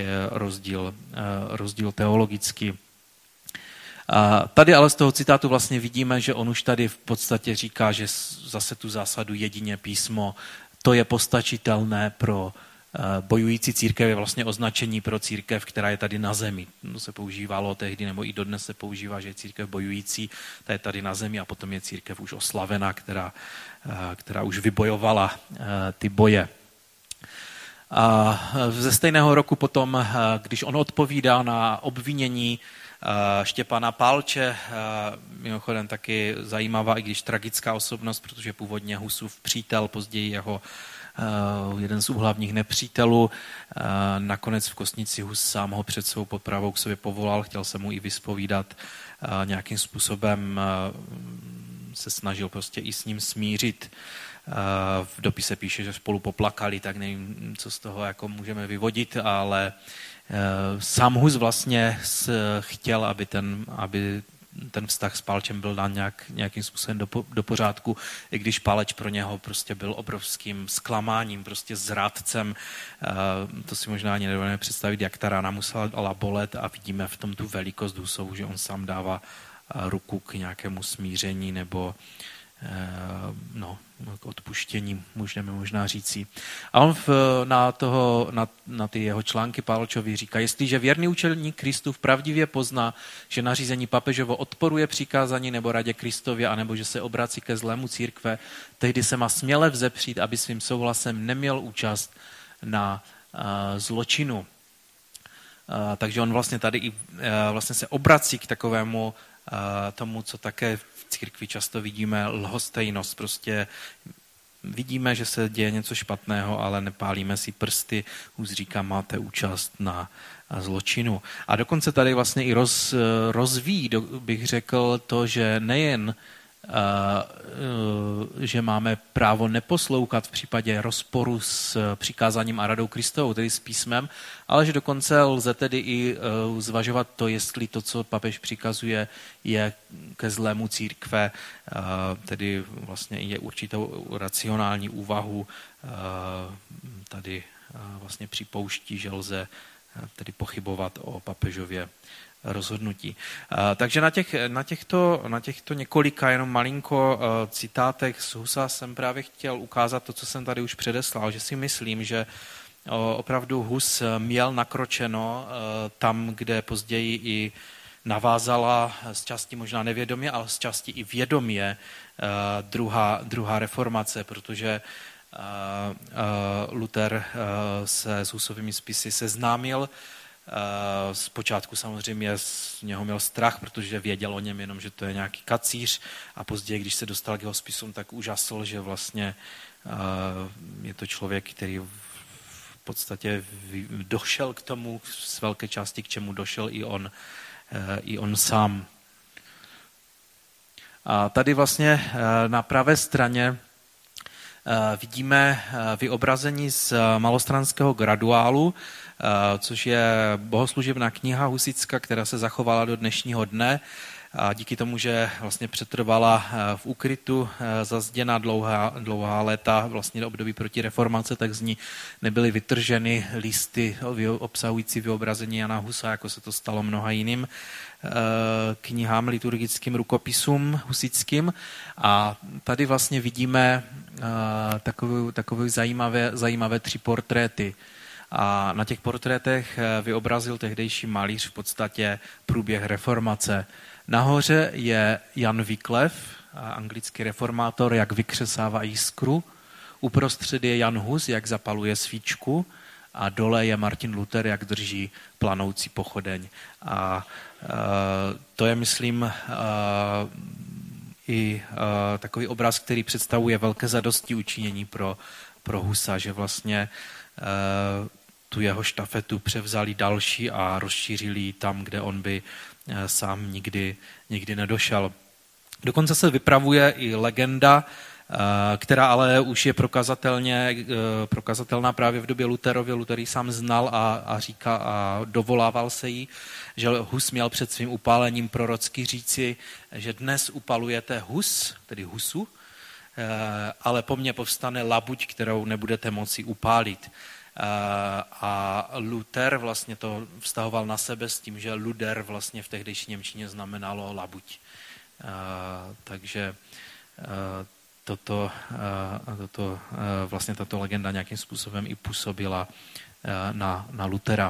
rozdíl teologický. A tady ale z toho citátu vlastně vidíme, že on už tady v podstatě říká, že zase tu zásadu jedině písmo, to je postačitelné pro bojující církev, je vlastně označení pro církev, která je tady na zemi. To se používalo tehdy, nebo i dodnes se používá, že je církev bojující, ta je tady na zemi a potom je církev už oslavená, která už vybojovala ty boje. A ze stejného roku potom, když on odpovídá na obvinění Štěpána Pálče, mimochodem taky zajímavá, i když tragická osobnost, protože původně Husův přítel, později jeho jeden z hlavních nepřítelů. Nakonec v Kostnici Hus sám ho před svou popravou k sobě povolal, chtěl se mu i vyspovídat, nějakým způsobem se snažil prostě i s ním smířit. V dopise píše, že spolu poplakali, tak nevím, co z toho jako můžeme vyvodit, ale sám Hus vlastně chtěl, aby ten vztah s Pálčem byl dán nějakým způsobem do pořádku, i když Páleč pro něho prostě byl obrovským zklamáním, prostě zrádcem. To si možná ani nedovedeme představit, jak ta rána musela bolet a vidíme v tom tu velikost Husovu, že on sám dává ruku k nějakému smíření nebo k odpuštění, můžeme možná říci. A on na ty jeho články Pálčovi říká, jestliže věrný učeník Kristův pravdivě pozná, že nařízení papežovo odporuje přikázání nebo radě Kristově, anebo že se obrací ke zlému církve, tehdy se má směle vzepřít, aby svým souhlasem neměl účast na zločinu. Takže on vlastně tady i vlastně se obrací k takovému tomu, co také v církvi často vidíme, lhostejnost. Prostě vidíme, že se děje něco špatného, ale nepálíme si prsty. Hus říká, máte účast na zločinu. A dokonce tady vlastně i rozvíjí, bych řekl, to, že nejen že máme právo neposlouchat v případě rozporu s přikázáním a radou Kristovou, tedy s písmem, ale že dokonce lze tedy i zvažovat to, jestli to, co papež přikazuje, je ke zlému církve, tedy vlastně je určitou racionální úvahu tady vlastně připouští, že lze tedy pochybovat o papežově rozhodnutí. Takže na těchto několika jenom malinko citátech z Husa jsem právě chtěl ukázat to, co jsem tady už předeslal, že si myslím, že opravdu Hus měl nakročeno tam, kde později i navázala z části možná nevědomě, ale z části i vědomě druhá reformace, měl Luther se s Husovými spisy seznámil. Zpočátku samozřejmě z něho měl strach, protože věděl o něm jenom, že to je nějaký kacíř a později, když se dostal k jeho spisům, tak úžasl, že vlastně je to člověk, který v podstatě došel k tomu z velké části, k čemu došel i on sám. A tady vlastně na pravé straně vidíme vyobrazení z malostranského graduálu, což je bohoslužebná kniha husitská, která se zachovala do dnešního dne. A díky tomu, že vlastně přetrvala v úkrytu zazděna dlouhá léta, vlastně do období proti reformace, tak z ní nebyly vytrženy listy obsahující vyobrazení Jana Husa, jako se to stalo mnoha jiným knihám, liturgickým rukopisům husickým. A tady vlastně vidíme takové zajímavé 3 portréty. A na těch portrétech vyobrazil tehdejší malíř v podstatě průběh reformace. Nahoře je Jan Wycliffe, anglický reformátor, jak vykřesává jiskru. Uprostřed je Jan Hus, jak zapaluje svíčku. A dole je Martin Luther, jak drží planoucí pochodeň. A to je, myslím, i takový obraz, který představuje velké zadosti učinění pro Husa, že vlastně tu jeho štafetu převzali další a rozšířili ji tam, kde on by sám nikdy nedošel. Dokonce se vypravuje i legenda, která ale už je prokazatelná právě v době Lutherově. Luther ji sám znal a dovolával se jí, že Hus měl před svým upálením prorocky říci, že dnes upalujete Hus, tedy Husu, ale po mně povstane labuť, kterou nebudete moci upálit. A Luther vlastně to vztahoval na sebe s tím, že Luder vlastně v tehdejší němčině znamenalo labuť. Takže vlastně tato legenda nějakým způsobem i působila na Luthera.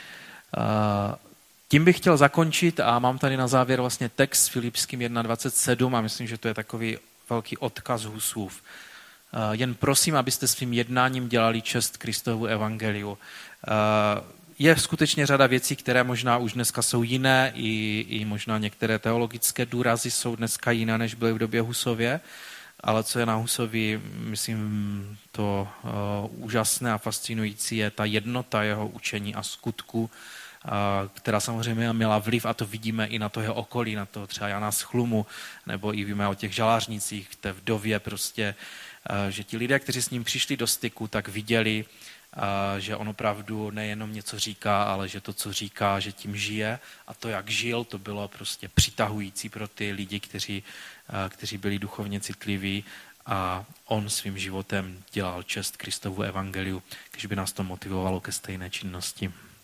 Tím bych chtěl zakončit a mám tady na závěr vlastně text Filipským 1.27 a myslím, že to je takový velký odkaz Husův. Jen prosím, abyste svým jednáním dělali čest Kristovu evangeliu. Je skutečně řada věcí, které možná už dneska jsou jiné, i možná některé teologické důrazy jsou dneska jiné, než byly v době Husově, ale co je na Husovi, myslím, to úžasné a fascinující, je ta jednota jeho učení a skutku, která samozřejmě měla vliv, a to vidíme i na to jeho okolí, na to třeba Jana z Chlumu, nebo i víme o těch žalářnicích, té vdově prostě, že ti lidé, kteří s ním přišli do styku, tak viděli, že on opravdu nejenom něco říká, ale že to, co říká, že tím žije, a to, jak žil, to bylo prostě přitahující pro ty lidi, kteří byli duchovně citliví, a on svým životem dělal čest Kristovu evangeliu, když by nás to motivovalo ke stejné činnosti.